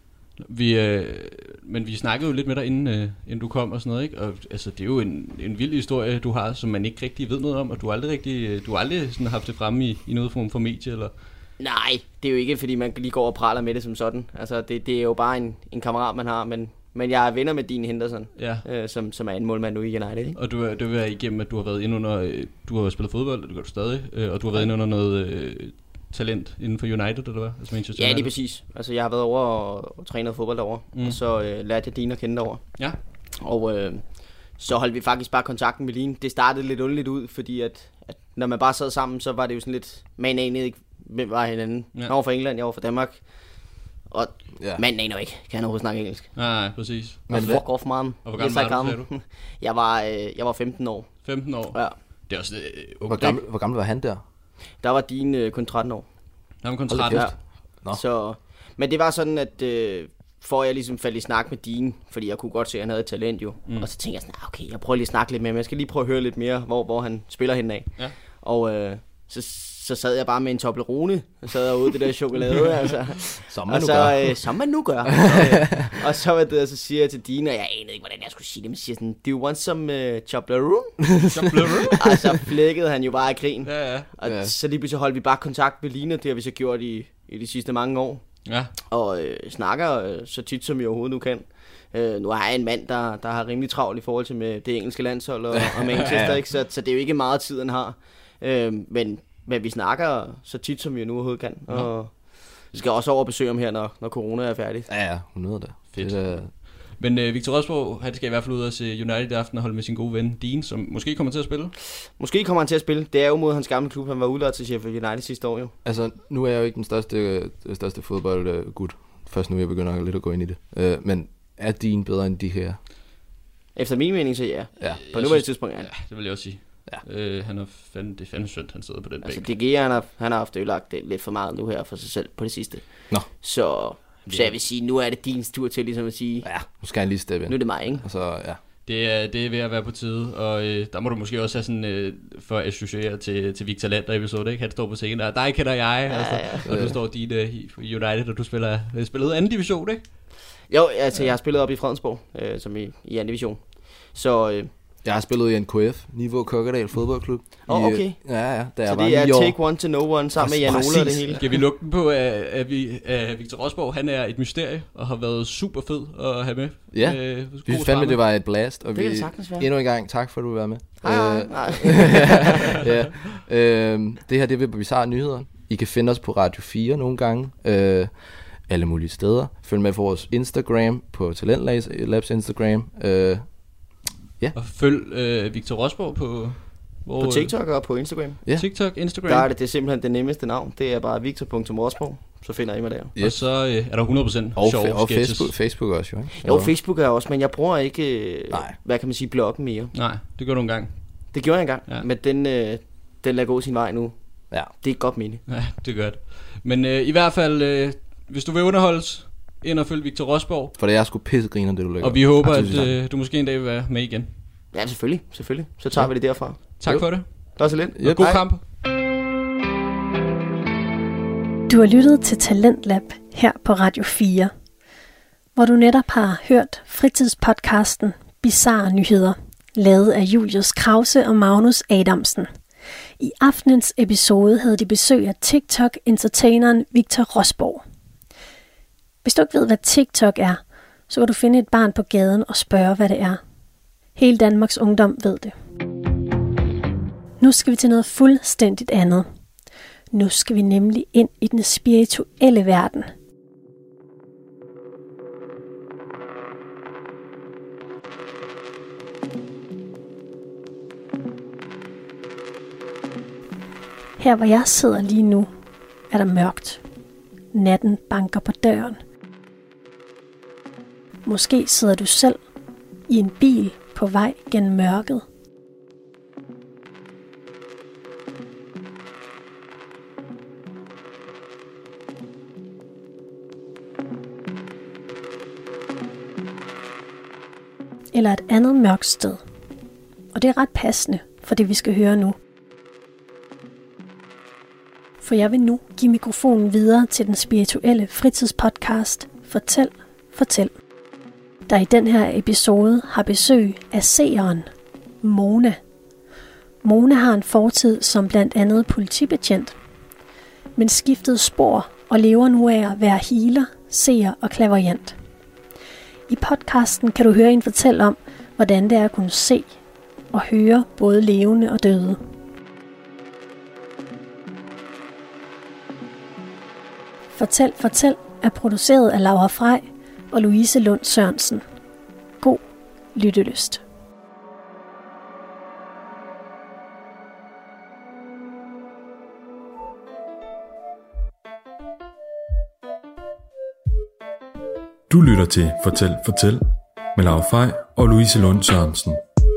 S5: Men vi snakkede jo lidt med dig, inden du kom og sådan noget, ikke? Og altså, det er jo en vild historie, du har, som man ikke rigtig ved noget om, og du har aldrig sådan haft det fremme i noget form for medie, eller...
S6: Nej, det er jo ikke, fordi man lige går og praler med det som sådan. Altså, det er jo bare en kammerat, man har, men jeg er venner med Dean Henderson,
S5: ja.
S6: Som er en målmand nu i United, ikke?
S5: Og du vil være igennem, at du har været inde under... Du har spillet fodbold, og det gør du stadig, og du har været inde under noget... talent inden for United, eller hvad? Altså Manchester
S6: Ja,
S5: United.
S6: det er præcis. Altså, jeg har været over og trænet fodbold derovre, og så lærte jeg Dean at kende derovre.
S5: Ja.
S6: Og så holdt vi faktisk bare kontakten med Dean. Det startede lidt underligt ud, fordi at når man bare sad sammen, så var det jo sådan lidt, man anede ikke, hvem var hinanden. Ja. Jeg var fra England, jeg var fra Danmark, og manden aner jo ikke, kan han overhovedet snakke engelsk.
S5: Nej, præcis.
S6: Men fuck off, man.
S5: Og hvor gammel var du?
S6: Jeg var 15 år.
S5: 15 år?
S6: Ja.
S5: Det er også
S4: Hvor gammel var han der?
S6: Der var Dean kun 13 år.
S5: Han var kun 13 år?
S6: Ja. Så, men det var sådan, at for jeg ligesom faldt i snak med Dean, fordi jeg kunne godt se, at han havde et talent jo. Og så tænkte jeg sådan, okay, jeg prøver lige at snakke lidt med ham. Jeg skal lige prøve at høre lidt mere, hvor han spiller henne af. Ja. Og så sad jeg bare med en Toblerone, og sad og ude det der chokolade, altså. Som man nu gør. Og så var det, så siger jeg til Dean, og jeg anede ikke, hvordan jeg skulle sige det, men siger sådan, do you want some Toblerone? Og så flækkede han jo bare af grin.
S5: Ja.
S6: Og så lige pludselig holdt vi bare kontakt med Line, det har vi så gjort i de sidste mange år. Ja. Og snakker så tit, som jeg overhovedet nu kan. Nu er jeg en mand, der har rimelig travlt i forhold til med det engelske landshold og Manchester, ikke? Så det er jo ikke meget tid, han har. Men vi snakker så tit, som vi nu overhovedet kan. Og vi skal også over og besøge ham her, når corona er færdig.
S4: Ja, 100 da.
S5: Fedt. Men Victor Rosborg, han skal i hvert fald ud og se United i aften og holde med sin gode ven Dean, som måske kommer til at spille. Måske kommer han til at spille. Det er jo mod hans gamle klub. Han var udlejet til Sheffield United sidste år jo.
S4: Altså, nu er jeg jo ikke den største fodboldgud. Først nu jeg begynder lidt at gå ind i det. Men er Dean bedre end de her?
S6: Efter min mening, så ja. På nuværende tidspunkt, ja.
S5: Det vil jeg også sige. Ja. Han er fandme synd, han sidder på den bænk.
S6: Altså, DG, han har haft ødelagt det lidt for meget nu her for sig selv på det sidste.
S4: Nå.
S6: Så Så jeg vil sige, nu er det din tur til ligesom at sige...
S4: Ja, nu skal han lige steppe ind.
S6: Nu er det mig, ikke?
S4: Og så, ja.
S5: Det er ved at være på tide, og der må du måske også have sådan, for at associere til Victor Lander episode, ikke? Han står på scenen, og dig kender jeg, altså, og du står i United, og du spiller anden division, ikke?
S6: Jo, altså jeg har spillet op i Fredensborg, som i anden division, så...
S4: Jeg har spillet i NKF, Niveau Kokkedal fodboldklub.
S6: Okay.
S4: Ja,
S6: så det er take one to know one sammen med Jan Ole og det hele.
S5: Skal vi lukke den på, at Victor Rosborg, han er et mysterie, og har været super fed at have med.
S4: Ja, vi fandme, det var et blast, og vi endnu en gang tak for, at du vil være med. Det her, det er Bizarre Nyheder. I kan finde os på Radio 4 nogle gange. Alle mulige steder. Følg med på vores Instagram, på Talentlabs Instagram. Ja.
S5: Og følg Victor Rosborg på
S6: TikTok og på Instagram.
S5: Ja. TikTok, Instagram.
S6: Der er det er simpelthen det nemmeste navn. Det er bare victor.rosborg. Så finder I mig der.
S5: Yes. Og så er der 100% sjove
S4: og Facebook også jo, ikke?
S6: Jo, Facebook er også, men jeg bruger ikke, hvad kan man sige, bloggen mere.
S5: Nej, det gjorde du engang.
S6: Det gjorde jeg engang, men den lader gå sin vej nu.
S4: Ja.
S6: Det er et godt minde.
S5: Ja, det er godt. Men i hvert fald, hvis du vil underholdes, ind og følge Victor Rosborg.
S4: For det er sgu pissegriner, det du lægger.
S5: Og vi håber, at du måske en dag vil være med igen.
S6: Ja, selvfølgelig. Så tager vi det derfra.
S5: Tak for det.
S6: Det var så lidt.
S5: Yep. God kamp.
S1: Du har lyttet til Talentlab her på Radio 4, hvor du netop har hørt fritidspodcasten Bizarre Nyheder, lavet af Julius Krause og Magnus Adamsen. I aftenens episode havde de besøg af TikTok-entertaineren Victor Rosborg. Hvis du ikke ved, hvad TikTok er, så kan du finde et barn på gaden og spørge, hvad det er. Hele Danmarks ungdom ved det. Nu skal vi til noget fuldstændigt andet. Nu skal vi nemlig ind i den spirituelle verden. Her hvor jeg sidder lige nu, er der mørkt. Natten banker på døren. Måske sidder du selv i en bil på vej gennem mørket. Eller et andet mørkt sted. Og det er ret passende for det vi skal høre nu. For jeg vil nu give mikrofonen videre til den spirituelle fritidspodcast Fortæl, der i den her episode har besøg af seeren Mona. Mona har en fortid som blandt andet politibetjent, men skiftede spor og lever nu af at være healer, seer og clairvoyant. I podcasten kan du høre hende fortælle om, hvordan det er at kunne se og høre både levende og døde. Fortæl er produceret af Laura Frej og Louise Lund Sørensen. God lyttelyst.
S9: Du lytter til Fortæl med Laura Frej og Louise Lund Sørensen.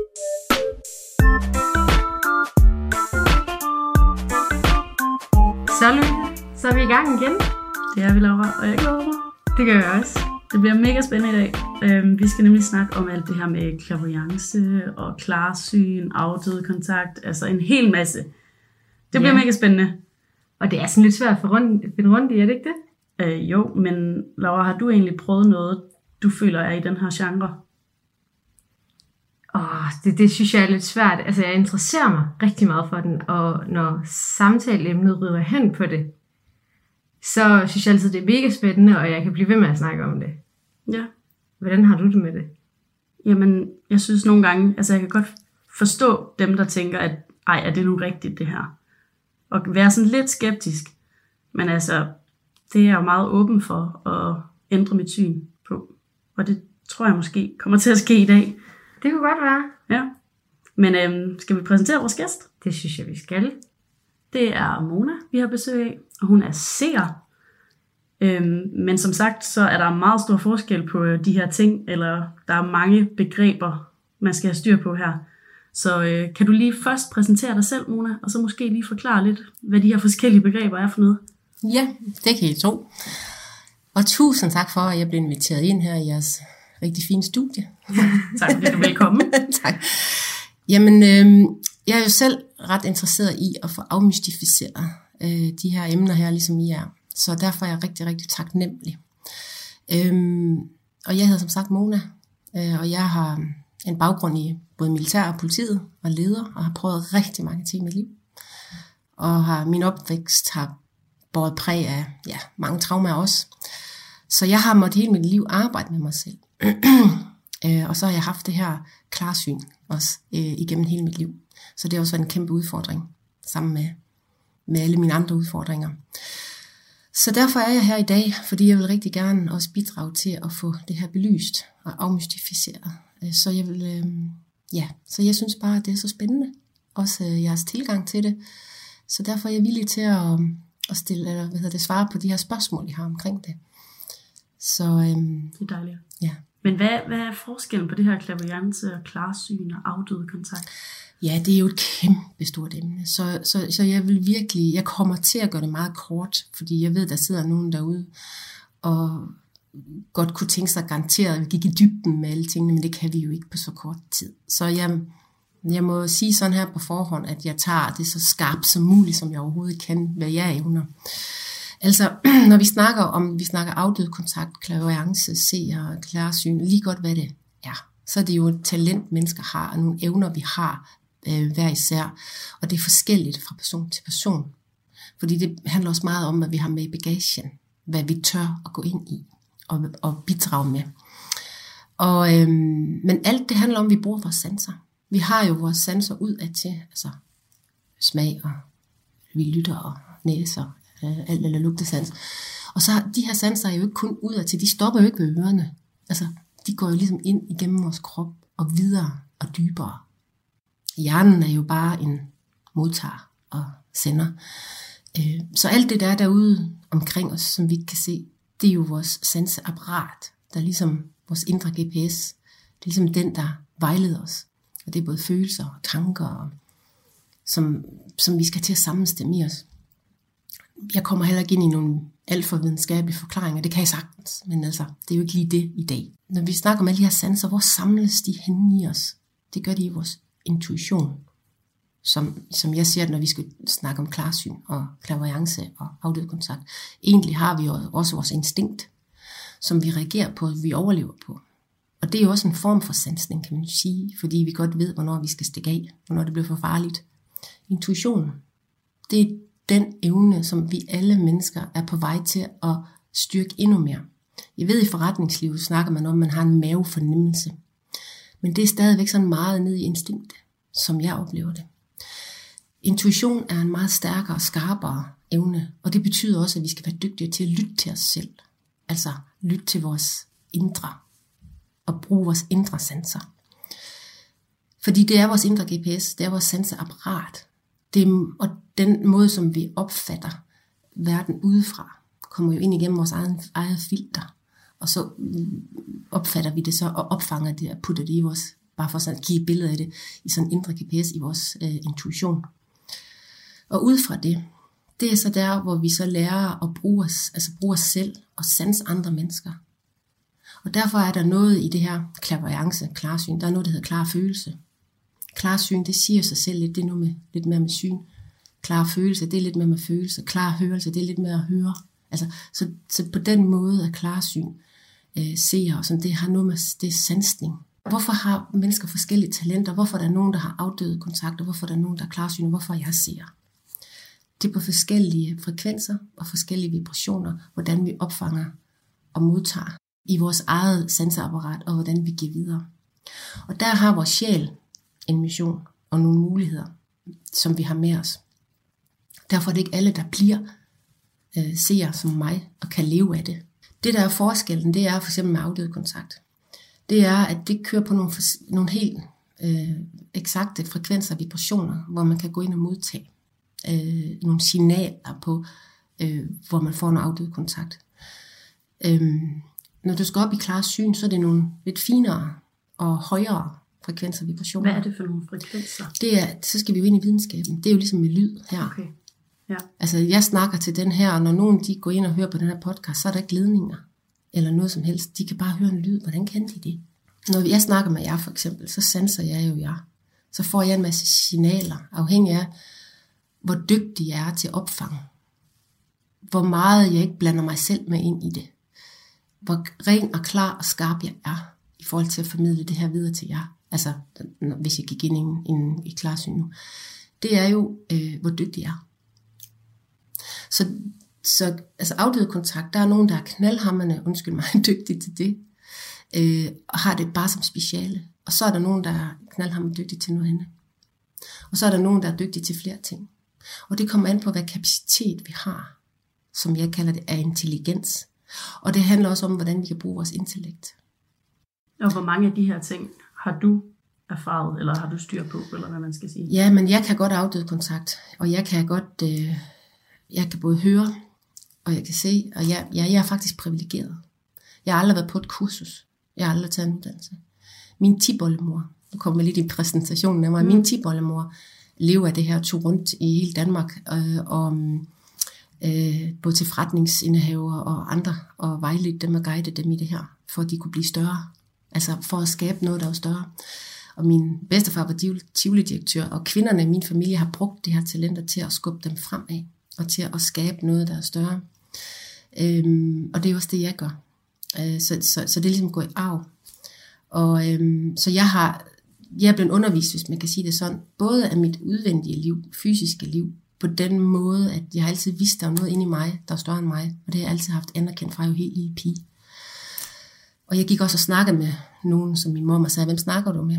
S10: Så Louise, så er vi i gang igen. Det er vi, Laura, og jeg glæder mig. Det gør jeg også. Det bliver mega spændende i dag. Vi skal nemlig snakke om alt det her med clairvoyance og klarsyn, afdøde kontakt, altså en hel masse. Det bliver mega spændende.
S11: Og det er sådan lidt svært at finde rundt i, er det ikke det?
S10: Jo, men Laura, har du egentlig prøvet noget, du føler er i den her genre?
S11: Det synes jeg er lidt svært. Altså, jeg interesserer mig rigtig meget for den, og når samtaleemnet ryger hen på det, så synes jeg altid, det er mega spændende, og jeg kan blive ved med at snakke om det.
S10: Ja.
S11: Hvordan har du det med det?
S10: Jamen, jeg synes nogle gange, altså jeg kan godt forstå dem, der tænker, at er det nu rigtigt det her? Og være sådan lidt skeptisk. Men altså, det er jeg jo meget åben for at ændre mit syn på. Og det tror jeg måske kommer til at ske i dag.
S11: Det kunne godt være.
S10: Ja. Men skal vi præsentere vores gæst?
S11: Det synes jeg, vi skal.
S10: Det er Mona, vi har besøg af, og hun er seer. Men som sagt, så er der meget stor forskel på de her ting, eller der er mange begreber, man skal have styr på her. Så kan du lige først præsentere dig selv, Mona, og så måske lige forklare lidt, hvad de her forskellige begreber er for noget?
S12: Ja, det kan I tro. Og tusind tak for, at jeg blev inviteret ind her i jeres rigtig fine studie.
S10: Tak fordi du er velkommen.
S12: Tak. Jamen, jeg er jo selv ret interesseret i at få afmystificeret de her emner her, ligesom I er. Så derfor er jeg rigtig, rigtig taknemmelig. Og jeg hedder som sagt Mona, og jeg har en baggrund i både militær og politiet og leder, og har prøvet rigtig mange ting i mit liv. Og min opvækst har båret præg af mange traumer også. Så jeg har måttet hele mit liv arbejde med mig selv. Og så har jeg haft det her klarsyn også igennem hele mit liv. Så det har også været en kæmpe udfordring, sammen med alle mine andre udfordringer. Så derfor er jeg her i dag, fordi jeg vil rigtig gerne også bidrage til at få det her belyst og afmystificeret. Så så jeg synes bare, at det er så spændende, også jeres tilgang til det. Så derfor er jeg villig til at stille, svare på de her spørgsmål, I har omkring det. Så,
S10: det er dejligt.
S12: Ja.
S10: Men hvad er forskellen på det her clairvoyance og klarsyn og afdøde kontakt?
S12: Ja, det er jo et kæmpe stort emne. Så jeg vil virkelig, jeg kommer til at gøre det meget kort, fordi jeg ved, der sidder nogen derude, og godt kunne tænke sig garanteret, at vi gik i dybden med alle tingene, men det kan vi jo ikke på så kort tid. Så jeg må sige sådan her på forhånd, at jeg tager det så skarpt som muligt, som jeg overhovedet kan, hvad jeg evner. Altså, når vi snakker afdød kontakt, clairvoyance, seer, klarsyn, lige godt hvad det er, så er det jo et talent, mennesker har, og nogle evner, vi har hver især, og det er forskelligt fra person til person. Fordi det handler også meget om, hvad vi har med i bagagen, hvad vi tør at gå ind i og bidrage med. Men alt det handler om, at vi bruger vores sanser. Vi har jo vores sanser udad til, altså smag, og vi lytter, og næser, alt eller lugtesans. Og så de her sanser er jo ikke kun udad til, de stopper jo ikke ved ørerne. Altså, de går jo ligesom ind igennem vores krop, og videre og dybere. Hjernen er jo bare en modtager og sender. Så alt det derude omkring os, som vi ikke kan se, det er jo vores sanseapparat, der er ligesom vores indre GPS. Det er ligesom den, der vejleder os. Og det er både følelser og tanker, som vi skal til at sammenstemme i os. Jeg kommer heller ikke ind i nogle alt for videnskabelige forklaringer, det kan jeg sagtens, men altså, det er jo ikke lige det i dag. Når vi snakker om alle de her sanser, hvor samles de henne i os? Det gør de i vores intuition, som jeg siger, når vi skal snakke om klarsyn og clairvoyance og afdød kontakt. Egentlig har vi jo også vores instinkt, som vi reagerer på, vi overlever på. Og det er jo også en form for sansning, kan man sige, fordi vi godt ved, hvornår vi skal stikke af, hvornår det bliver for farligt. Intuitionen, det er den evne, som vi alle mennesker er på vej til at styrke endnu mere. Jeg ved, i forretningslivet snakker man om, at man har en mavefornemmelse. Men det er stadigvæk sådan meget nede i instinkt, som jeg oplever det. Intuition er en meget stærkere og skarpere evne, og det betyder også, at vi skal være dygtige til at lytte til os selv. Altså lytte til vores indre, og bruge vores indre sanser. Fordi det er vores indre GPS, det er vores sanseapparat. Og den måde, som vi opfatter verden udefra, kommer jo ind igennem vores eget filter. Og så opfatter vi det så, og opfanger det, og putter det i vores, bare for sådan at give et billede af det, i sådan en indre GPS i vores intuition. Og ud fra det er så der, hvor vi så lærer at bruge os selv, og sanse andre mennesker. Og derfor er der noget i det her clairvoyance, klarsyn, der er noget, der hedder klar følelse. Klarsyn, det siger sig selv lidt, det er noget lidt mere med syn. Klar følelse, det er lidt mere med følelse. Klar hørelse, det er lidt mere at høre. Altså, så på den måde er klarsyn, seer og sådan, det har noget med, det er sansning. Hvorfor har mennesker forskellige talenter? Hvorfor er der nogen, der har afdøde kontakter? Hvorfor er der nogen, der er klarsyn? Og hvorfor er jeg seer? Det er på forskellige frekvenser og forskellige vibrationer, hvordan vi opfanger og modtager i vores eget sanseapparat, og hvordan vi giver videre. Og der har vores sjæl en mission og nogle muligheder, som vi har med os. Derfor er det ikke alle, der bliver seer som mig og kan leve af det. Det, der er forskellen, det er for eksempel med afdød kontakt. Det er, at det kører på nogle helt eksakte frekvenser og vibrationer, hvor man kan gå ind og modtage nogle signaler på, hvor man får noget afdød kontakt. Når du skal op i klarsyn, så er det nogle lidt finere og højere frekvenser og vibrationer.
S10: Hvad er det for nogle frekvenser?
S12: Så skal vi jo ind i videnskaben. Det er jo ligesom med lyd her.
S10: Okay. Ja.
S12: Altså, jeg snakker til den her, og når nogen de går ind og hører på den her podcast, så er der ikke ledninger eller noget som helst. De kan bare høre en lyd. Hvordan kan de det? Når jeg snakker med jer for eksempel, så sanser jeg jo jer. Så får jeg en masse signaler, afhængig af, hvor dygtig jeg er til opfang. Hvor meget jeg ikke blander mig selv med ind i det. Hvor ren og klar og skarp jeg er, i forhold til at formidle det her videre til jer. Altså, hvis jeg gik ind i klarsyn nu. Det er jo, hvor dygtig jeg er. Så altså afdøde kontakt, der er nogen, der er knaldhammerne, undskyld mig, dygtige til det, og har det bare som speciale. Og så er der nogen, der er knaldhammerne dygtige til noget andet. Og så er der nogen, der er dygtige til flere ting. Og det kommer an på, hvad kapacitet vi har, som jeg kalder det, af intelligens. Og det handler også om, hvordan vi kan bruge vores intellekt.
S10: Og hvor mange af de her ting har du erfaret, eller har du styr på, eller hvad man skal sige?
S12: Ja, men jeg kan godt afdøde kontakt, og jeg kan godt, jeg kan både høre, og jeg kan se, og jeg er faktisk privilegeret. Jeg har aldrig været på et kursus. Jeg har aldrig taget en uddannelse. Min tipoldemor, nu kommer lidt i præsentationen af mig, min tipoldemor lever af det her, tog rundt i hele Danmark, både til forretningsindehaver og andre, og vejledte dem og guidede dem i det her, for at de kunne blive større. Altså for at skabe noget, der var større. Og min bedstefar var Tivoli-direktør, og kvinderne i min familie har brugt de her talenter til at skubbe dem fremad, og til at skabe noget, der er større. Og det er også det, jeg gør. Så det er ligesom gået i arv. Og så jeg er blevet undervist, hvis man kan sige det sådan, både af mit udvendige liv, fysiske liv, på den måde, at jeg har altid vidst, der er noget inde i mig, der er større end mig, og det har jeg altid haft anerkendt fra, jo helt lille pige. Og jeg gik også og snakkede med nogen, som min mor sagde, hvem snakker du med?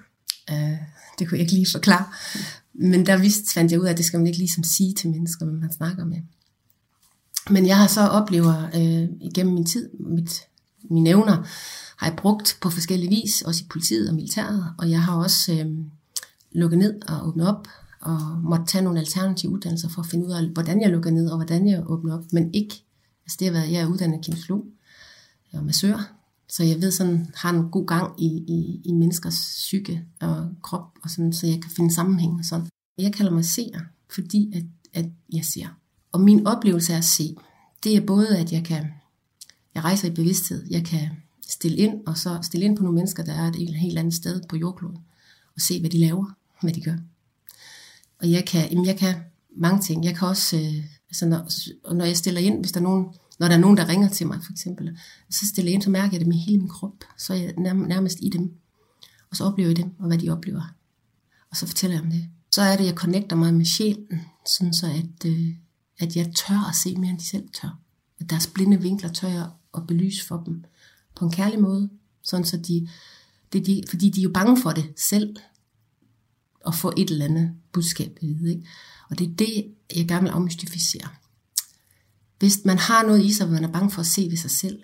S12: Det kunne jeg ikke lige forklare. Men der fandt jeg ud af, at det skal man ikke ligesom sige til mennesker, hvem man snakker med. Men jeg har så oplever igennem min tid, mine evner, har jeg brugt på forskellige vis, også i politiet og militæret, og jeg har også lukket ned og åbnet op, og måtte tage nogle alternative uddannelser for at finde ud af, hvordan jeg lukker ned, og hvordan jeg åbner op, men ikke, altså det har været, jeg er uddannet kinesiolog, jeg er massør, så jeg ved sådan, har en god gang i menneskers psyke og krop, og sådan, så jeg kan finde sammenhæng og sådan. Jeg kalder mig seer, fordi at jeg ser. Og min oplevelse af at se, det er både, at jeg rejser i bevidsthed, jeg kan stille ind på nogle mennesker, der er et helt andet sted på jordkloden, og se, hvad de laver, hvad de gør. Og jeg kan mange ting. Jeg kan også, når jeg stiller ind, hvis der er nogen, når der er nogen, der ringer til mig, for eksempel, så stiller jeg ind, så mærker jeg det med hele min krop. Så er jeg nærmest i dem. Og så oplever jeg dem, og hvad de oplever. Og så fortæller jeg om det. Så er det, jeg connecter mig med sjælen, sådan så at jeg tør at se mere, end de selv tør. At deres blinde vinkler tør jeg at belyse for dem på en kærlig måde. Sådan så fordi de er jo bange for det selv, at få et eller andet budskab at vide, ikke? Og det er det, jeg gerne vil afmystificere. Hvis man har noget i sig, hvor man er bange for at se ved sig selv,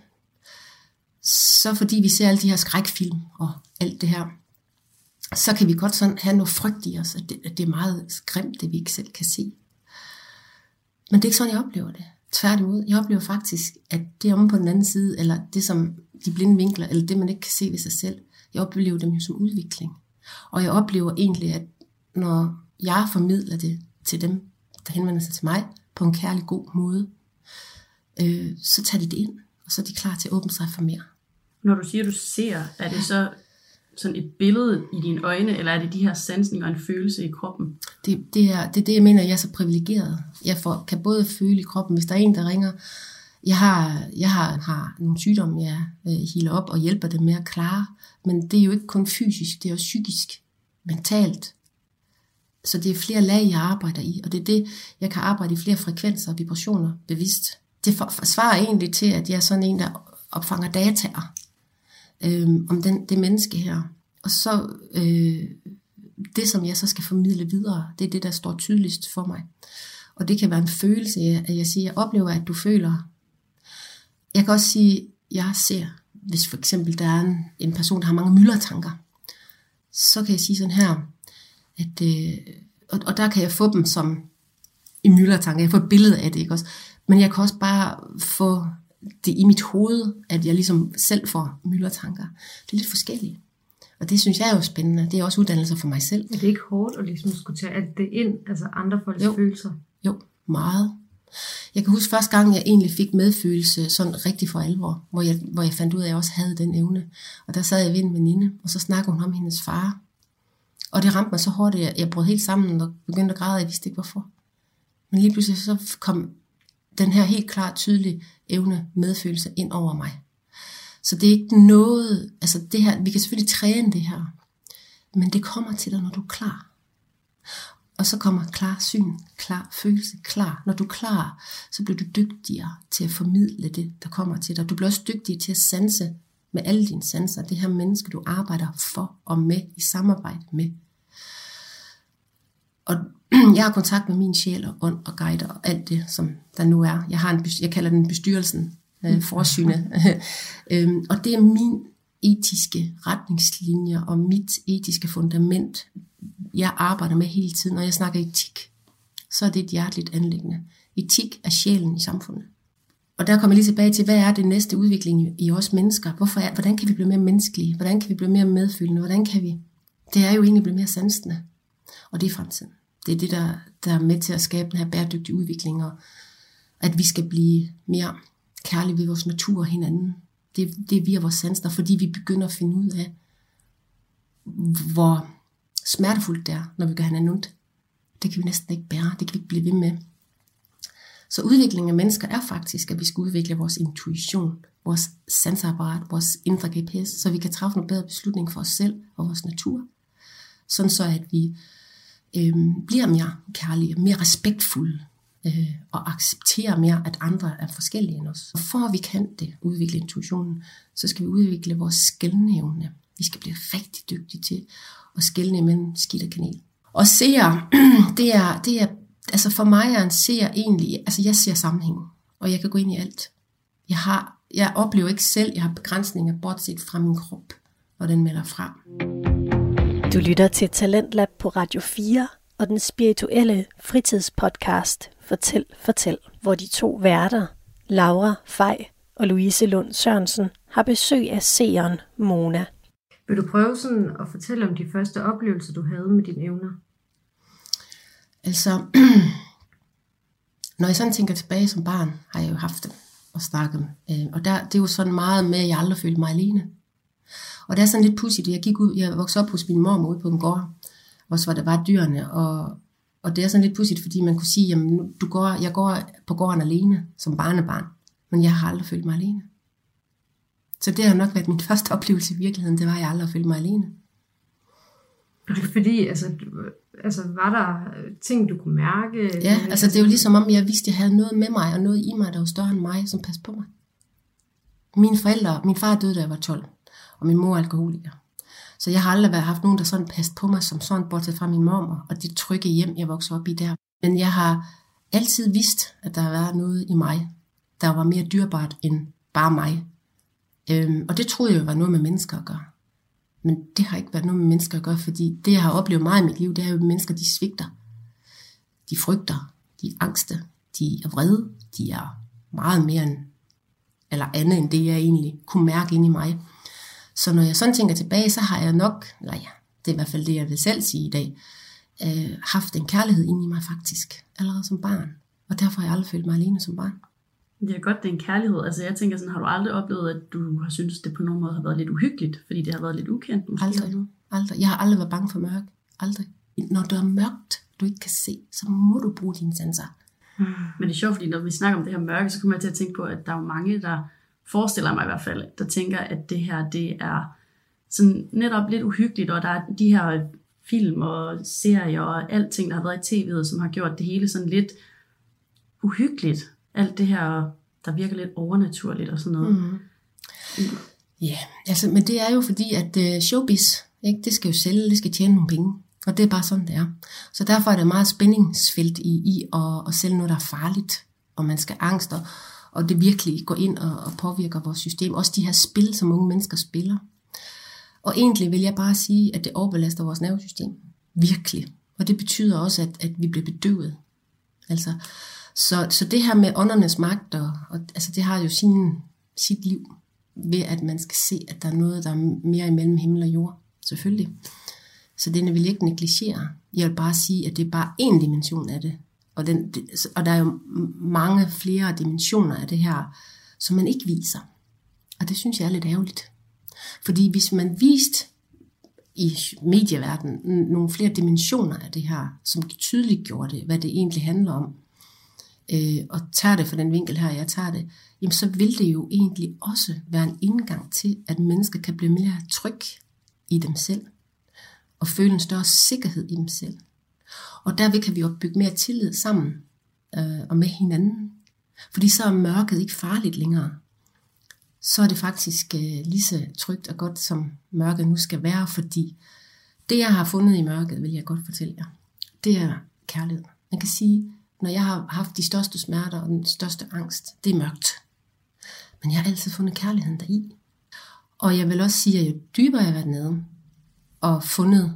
S12: så fordi vi ser alle de her skrækfilm og alt det her, så kan vi godt sådan have noget frygt i os, at det er meget skræmt, det vi ikke selv kan se. Men det er ikke sådan, jeg oplever det. Tværtimod, jeg oplever faktisk, at det omme på den anden side, eller det som de blinde vinkler, eller det man ikke kan se ved sig selv, jeg oplever dem jo som udvikling. Og jeg oplever egentlig, at når jeg formidler det til dem, der henvender sig til mig, på en kærlig god måde, så tager de det ind, og så er de klar til at åbne sig for mere.
S10: Når du siger, du ser, er det så sådan et billede i dine øjne, eller er det de her sansninger og en følelse i kroppen?
S12: Det er det, jeg mener, jeg er så privilegeret. Jeg kan både føle i kroppen, hvis der er en, der ringer. Jeg har nogle sygdomme, jeg healer op og hjælper dem med at klare, men det er jo ikke kun fysisk, det er jo psykisk, mentalt. Så det er flere lag, jeg arbejder i, og det er det, jeg kan arbejde i flere frekvenser og vibrationer bevidst. Det svarer egentlig til, at jeg er sådan en, der opfanger dataer om det menneske her. Og så det, som jeg så skal formidle videre, det er det, der står tydeligst for mig. Og det kan være en følelse af, at jeg oplever, at du føler. Jeg kan også sige, at jeg ser, hvis for eksempel der er en person, der har mange myldretanker, så kan jeg sige sådan her, at, og der kan jeg få dem som i myldretanker. Jeg får et billede af det, ikke også? Men jeg kan også bare få det i mit hoved, at jeg ligesom selv får myldretanker. Det er lidt forskelligt. Og det synes jeg er jo spændende. Det er også uddannelse for mig selv.
S11: Er det ikke hårdt at ligesom skulle tage alt det ind, altså andre folks følelser?
S12: Jo, meget. Jeg kan huske første gang, jeg egentlig fik medfølelse sådan rigtig for alvor, hvor jeg fandt ud af, at jeg også havde den evne. Og der sad jeg ved en veninde, og så snakkede hun om hendes far. Og det ramte mig så hårdt, at jeg brød helt sammen og begyndte at græde, og jeg vidste ikke hvorfor. Men lige pludselig så kom den her helt klart tydelige evne medfølelse ind over mig. Så det er ikke noget, altså det her, vi kan selvfølgelig træne det her, men det kommer til dig, når du er klar. Og så kommer klar syn, klar følelse, klar. Når du er klar, så bliver du dygtigere til at formidle det, der kommer til dig. Du bliver også dygtigere til at sanse med alle dine sanser, det her menneske, du arbejder for og med, i samarbejde med. Og jeg har kontakt med min sjæl og ånd og guider og alt det, som der nu er. Jeg kalder den bestyrelsen, forsynet. Og det er min etiske retningslinjer og mit etiske fundament, jeg arbejder med hele tiden. Når jeg snakker etik, så er det et hjerteligt anliggende. Etik er sjælen i samfundet. Og der kommer jeg lige tilbage til, hvad er det næste udvikling i os mennesker? Hvordan kan vi blive mere menneskelige? Hvordan kan vi blive mere medfølende? Hvordan kan vi? Det er jo egentlig blive mere sansende. Og det er fremtiden. Det er det, der er med til at skabe den her bæredygtige udvikling, og at vi skal blive mere kærlige ved vores natur og hinanden. Det er via vores sanser, fordi vi begynder at finde ud af, hvor smertefuldt det er, når vi gør hinanden ondt. Det kan vi næsten ikke bære, det kan vi ikke blive ved med. Så udviklingen af mennesker er faktisk, at vi skal udvikle vores intuition, vores sanseapparat, vores indre GPS, så vi kan træffe nogle bedre beslutninger for os selv og vores natur. Sådan så, at vi bliver mere kærlige, mere respektfulde, og accepterer mere, at andre er forskellige end os. Og for at vi kan det, udvikle intuitionen, så skal vi udvikle vores skelneevne. Vi skal blive rigtig dygtige til at skelne mellem skidt og kanel. Og seer, det er altså for mig er en seer egentlig, altså jeg ser sammenhængen, og jeg kan gå ind i alt. Jeg oplever ikke selv, jeg har begrænsninger bortset fra min krop, og den melder fra.
S1: Du lytter til Talentlab på Radio 4 og den spirituelle fritidspodcast Fortæl, hvor de to værter, Laura Fej og Louise Lund Sørensen, har besøg af seeren Mona.
S11: Vil du prøve sådan at fortælle om de første oplevelser, du havde med dine evner?
S12: Altså, når jeg sådan tænker tilbage som barn, har jeg jo haft det og snakket. Og det er jo sådan meget med, at jeg aldrig følte mig alene. Og det er sådan lidt pudsigt, jeg voksede op hos min mormor ude på en gård, og så var der bare dyrene, og det er sådan lidt pudsigt, fordi man kunne sige, jamen, jeg går på gården alene som barnebarn, men jeg har aldrig følt mig alene. Så det har nok været min første oplevelse i virkeligheden, det var, at jeg aldrig følte mig alene.
S11: Fordi, altså var der ting, du kunne mærke?
S12: Ja, altså det er jo ligesom om, jeg vidste, at jeg havde noget med mig, og noget i mig, der var større end mig, som passede på mig. Min far døde, da jeg var 12, og min mor er alkoholiker. Så jeg har aldrig haft nogen, der sådan passede på mig, som sådan, bortset fra min mormor, og det trygge hjem, jeg voksede op i der. Men jeg har altid vidst, at der har været noget i mig, der var mere dyrebart end bare mig. Og det troede jeg var noget med mennesker at gøre. Men det har ikke været noget med mennesker at gøre, fordi det, jeg har oplevet meget i mit liv, det er jo, at mennesker, de svigter. De frygter, de er angste, de er vrede, de er meget mere eller andet end det, jeg egentlig kunne mærke inde i mig. Så når jeg sådan tænker tilbage, så har jeg nok, eller ja, det er i hvert fald det, jeg vil selv sige i dag, haft en kærlighed inde i mig faktisk, allerede som barn. Og derfor har jeg aldrig følt mig alene som barn.
S10: Det er godt, det er en kærlighed. Altså jeg tænker sådan, har du aldrig oplevet, at du har syntes, det på nogen måde har været lidt uhyggeligt, fordi det har været lidt ukendt?
S12: Aldrig. Jeg har aldrig været bange for mørke. Aldrig. Når det er mørkt, du ikke kan se, så må du bruge dine sanser.
S10: Men det er sjovt, fordi når vi snakker om det her mørke, så kommer jeg til at tænke på, at der er jo mange, der forestiller mig i hvert fald, der tænker, at det her, det er sådan netop lidt uhyggeligt, og der er de her film og serier og alting, der har været i tv'et, som har gjort det hele sådan lidt uhyggeligt. Alt det her, der virker lidt overnaturligt og sådan noget.
S12: Ja, altså, men det er jo fordi, at showbiz, ikke, det skal jo sælge, det skal tjene nogle penge. Og det er bare sådan, det er. Så derfor er der meget spændingsfelt i at sælge noget, der er farligt, og man skal angst, og det virkelig går ind og påvirker vores system. Også de her spil, som unge mennesker spiller. Og egentlig vil jeg bare sige, at det overbelaster vores nervesystem. Virkelig. Og det betyder også, at vi bliver bedøvet. Altså, så det her med åndernes magt, altså det har jo sit liv ved, at man skal se, at der er noget, der er mere imellem himmel og jord. Selvfølgelig. Så det vil jeg ikke negligere. Jeg vil bare sige, at det er bare én dimension af det. Og der er jo mange flere dimensioner af det her, som man ikke viser. Og det synes jeg er lidt ærgerligt. Fordi hvis man viste i medieverdenen nogle flere dimensioner af det her, som tydeligt gjorde det, hvad det egentlig handler om, og tager det fra den vinkel her, jeg tager det, jamen så vil det jo egentlig også være en indgang til, at mennesker kan blive mere tryg i dem selv, og føle en større sikkerhed i dem selv. Og derved kan vi opbygge mere tillid sammen og med hinanden. Fordi så er mørket ikke farligt længere. Så er det faktisk lige så trygt og godt, som mørket nu skal være, fordi det, jeg har fundet i mørket, vil jeg godt fortælle jer, det er kærlighed. Man kan sige, når jeg har haft de største smerter og den største angst, det er mørkt. Men jeg har altid fundet kærligheden deri. Og jeg vil også sige, at jo dybere jeg har været nede og fundet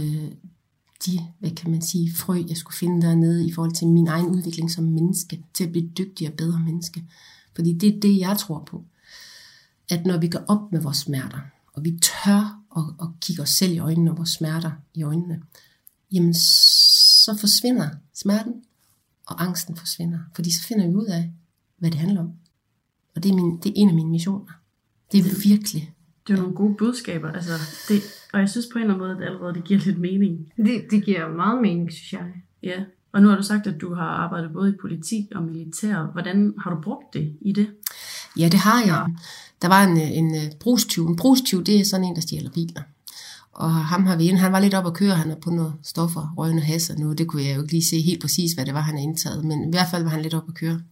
S12: de, hvad kan man sige, frø, jeg skulle finde dernede i forhold til min egen udvikling som menneske, til at blive dygtigere og bedre menneske. Fordi det er det, jeg tror på. At når vi går op med vores smerter, og vi tør at kigge os selv i øjnene og vores smerter i øjnene, jamen så forsvinder smerten, og angsten forsvinder. Fordi så finder vi ud af, hvad det handler om. Og det er en af mine missioner. Det er virkelig.
S10: Det er nogle gode budskaber. Altså, og jeg synes på en eller anden måde, at allerede det giver lidt mening.
S11: Det giver meget mening, synes jeg.
S10: Ja, og nu har du sagt, at du har arbejdet både i politik og militær. Hvordan har du brugt det i det?
S12: Ja, det har jeg. Der var en brugstyv. En brugstyv, det er sådan en, der stjæler biler. Og ham har vi inde. Han var lidt op at køre. Han er på nogle stoffer, røgende has og noget. Det kunne jeg jo ikke lige se helt præcis, hvad det var, han havde indtaget. Men i hvert fald var han lidt op at køre.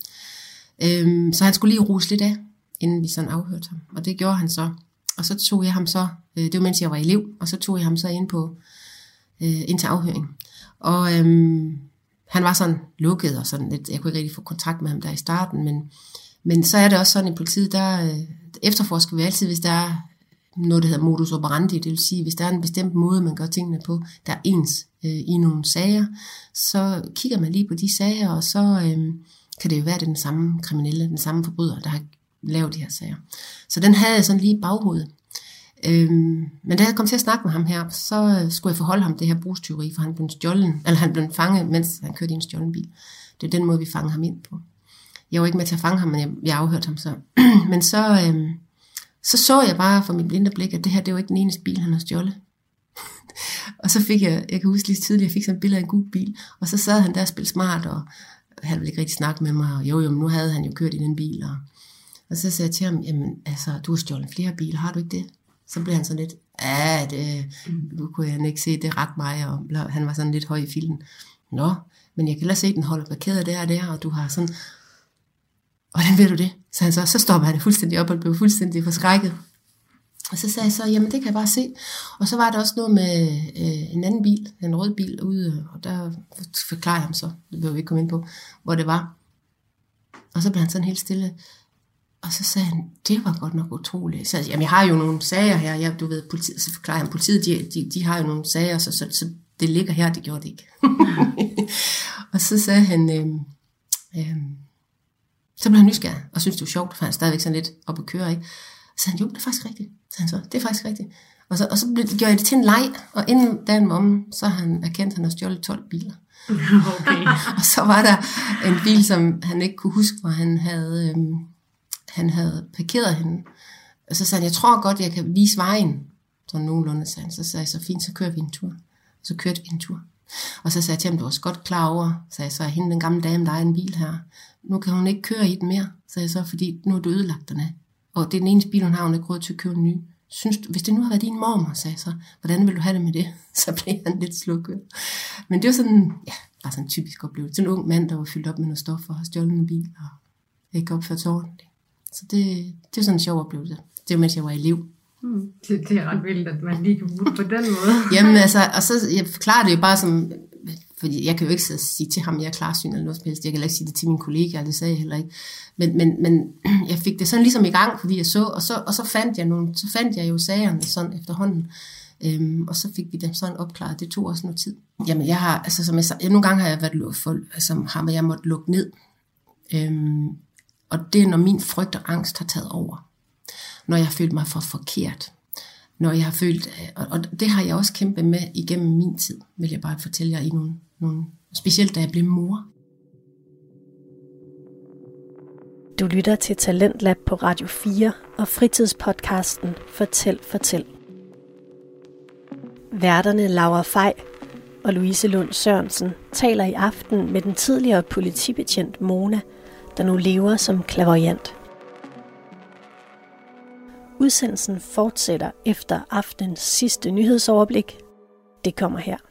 S12: Så han skulle lige ruse lidt af, inden vi sådan afhørte ham. Og det gjorde han så. Og så tog jeg ham så, det var mens jeg var elev, og så tog jeg ham så ind til afhøring. Og han var sådan lukket og sådan lidt, jeg kunne ikke rigtig få kontakt med ham der i starten, men så er det også sådan i politiet, der efterforsker vi altid, hvis der er noget, der hedder modus operandi, det vil sige, hvis der er en bestemt måde, man gør tingene på, der er ens i nogle sager, så kigger man lige på de sager, og så kan det jo være, det den samme kriminelle, den samme forbryder, der har lavet de her sager. Så den havde jeg sådan lige i baghovedet. Men da jeg kom til at snakke med ham her, så skulle jeg forholde ham det her brugstyveri, for han blev fanget, mens han kørte i en stjålen bil. Det er den måde, vi fangede ham ind på. Jeg var ikke med til at fange ham, men jeg afhørte ham så. Men så jeg bare for mit blinde blik, at det her, det var ikke den eneste bil, han har stjålet. Og så fik jeg kan huske lige tidligere, jeg fik sådan et billede af en gul bil, og så sad han der og spillede smart, og han ville ikke rigtig snakke med mig, og jo, men nu havde han jo kørt i den bil, og så sagde jeg til ham, jamen altså, du har stjålet flere biler, har du ikke det? Så blev han sådan lidt, nu kunne jeg ikke se, det ret mig, og han var sådan lidt høj i filmen. Nå, men jeg kan lade se, den holder parkeret der, og du har sådan, hvordan ved du det? Så stopper han fuldstændig op, og blev fuldstændig forskrækket. Og så sagde jeg så, jamen det kan jeg bare se. Og så var der også noget med en anden bil, en rød bil ude, og der forklarede jeg ham så, det vil vi ikke komme ind på, hvor det var. Og så blev han sådan helt stille. Og så sagde han, det var godt nok utroligt. Så jamen, jeg har jo nogle sager her, du ved, politiet, så forklarer han, politiet, de har jo nogle sager, så det ligger her, det gjorde det ikke. Og så sagde han, så blev han nysgerrig, og syntes det var sjovt, for han stadigvæk sådan lidt op at køre, ikke? Så sagde han, jo, det er faktisk rigtigt. Så han så, det er faktisk rigtigt. Og så gjorde jeg det til en leg, og inden dagen var om, så han erkendt, at han havde stjålet 12 biler.
S10: Okay.
S12: Og så var der en bil, som han ikke kunne huske, hvor han havde parkeret hende. Og så sagde han, jeg tror godt, jeg kan vise vejen. Sådan nogenlunde, sagde han. Så sagde jeg, så fint, så kører vi en tur. Og så kørte vi en tur. Og så sagde jeg til ham, du var også godt klar over, sagde jeg så, hende den gamle dame, der er en bil her. Nu kan hun ikke køre i den mere, sagde jeg så, fordi nu er du ødelagt den af. Og det er den eneste bil, hun har, hun ikke råd til at købe en ny. Synes du, hvis det nu har været din mormor, sagde jeg så, hvordan vil du have det med det? Så blev han lidt slukket. Men det var sådan, ja, bare sådan en typisk oplevelse. Sådan en ung mand, der var fyldt op med noget stof og har stjålet en bil og ikke opført sig ordentligt. Så det var sådan en sjov oplevelse. Det var, mens jeg var elev.
S11: Det er ret vildt, at man lige kan bruge på den måde.
S12: Jamen altså, og så jeg forklarer det jo bare som, fordi jeg kan jo ikke sige til ham, jeg er klarsyn eller noget som helst. Jeg kan ikke sige det til mine kollegaer, det sagde jeg heller ikke. Men jeg fik det sådan ligesom i gang, fordi jeg så, og så fandt jeg jo sagerne sådan efterhånden. Og så fik vi dem sådan opklaret. Det tog også noget tid. Jamen jeg har, altså som jeg sagde, nogle gange har jeg været jeg måtte lukke ned. Og det er, når min frygt og angst har taget over. Når jeg har følt mig for forkert. Når jeg har følt, og det har jeg også kæmpet med igennem min tid, vil jeg bare fortælle jer i nogle specielt da jeg blev mor.
S1: Du lytter til Talentlab på Radio 4 og fritidspodcasten Fortæl. Værterne Laura Fej og Louise Lund Sørensen taler i aften med den tidligere politibetjent Mona, der nu lever som clairvoyant. Udsendelsen fortsætter efter aftenens sidste nyhedsoverblik. Det kommer her.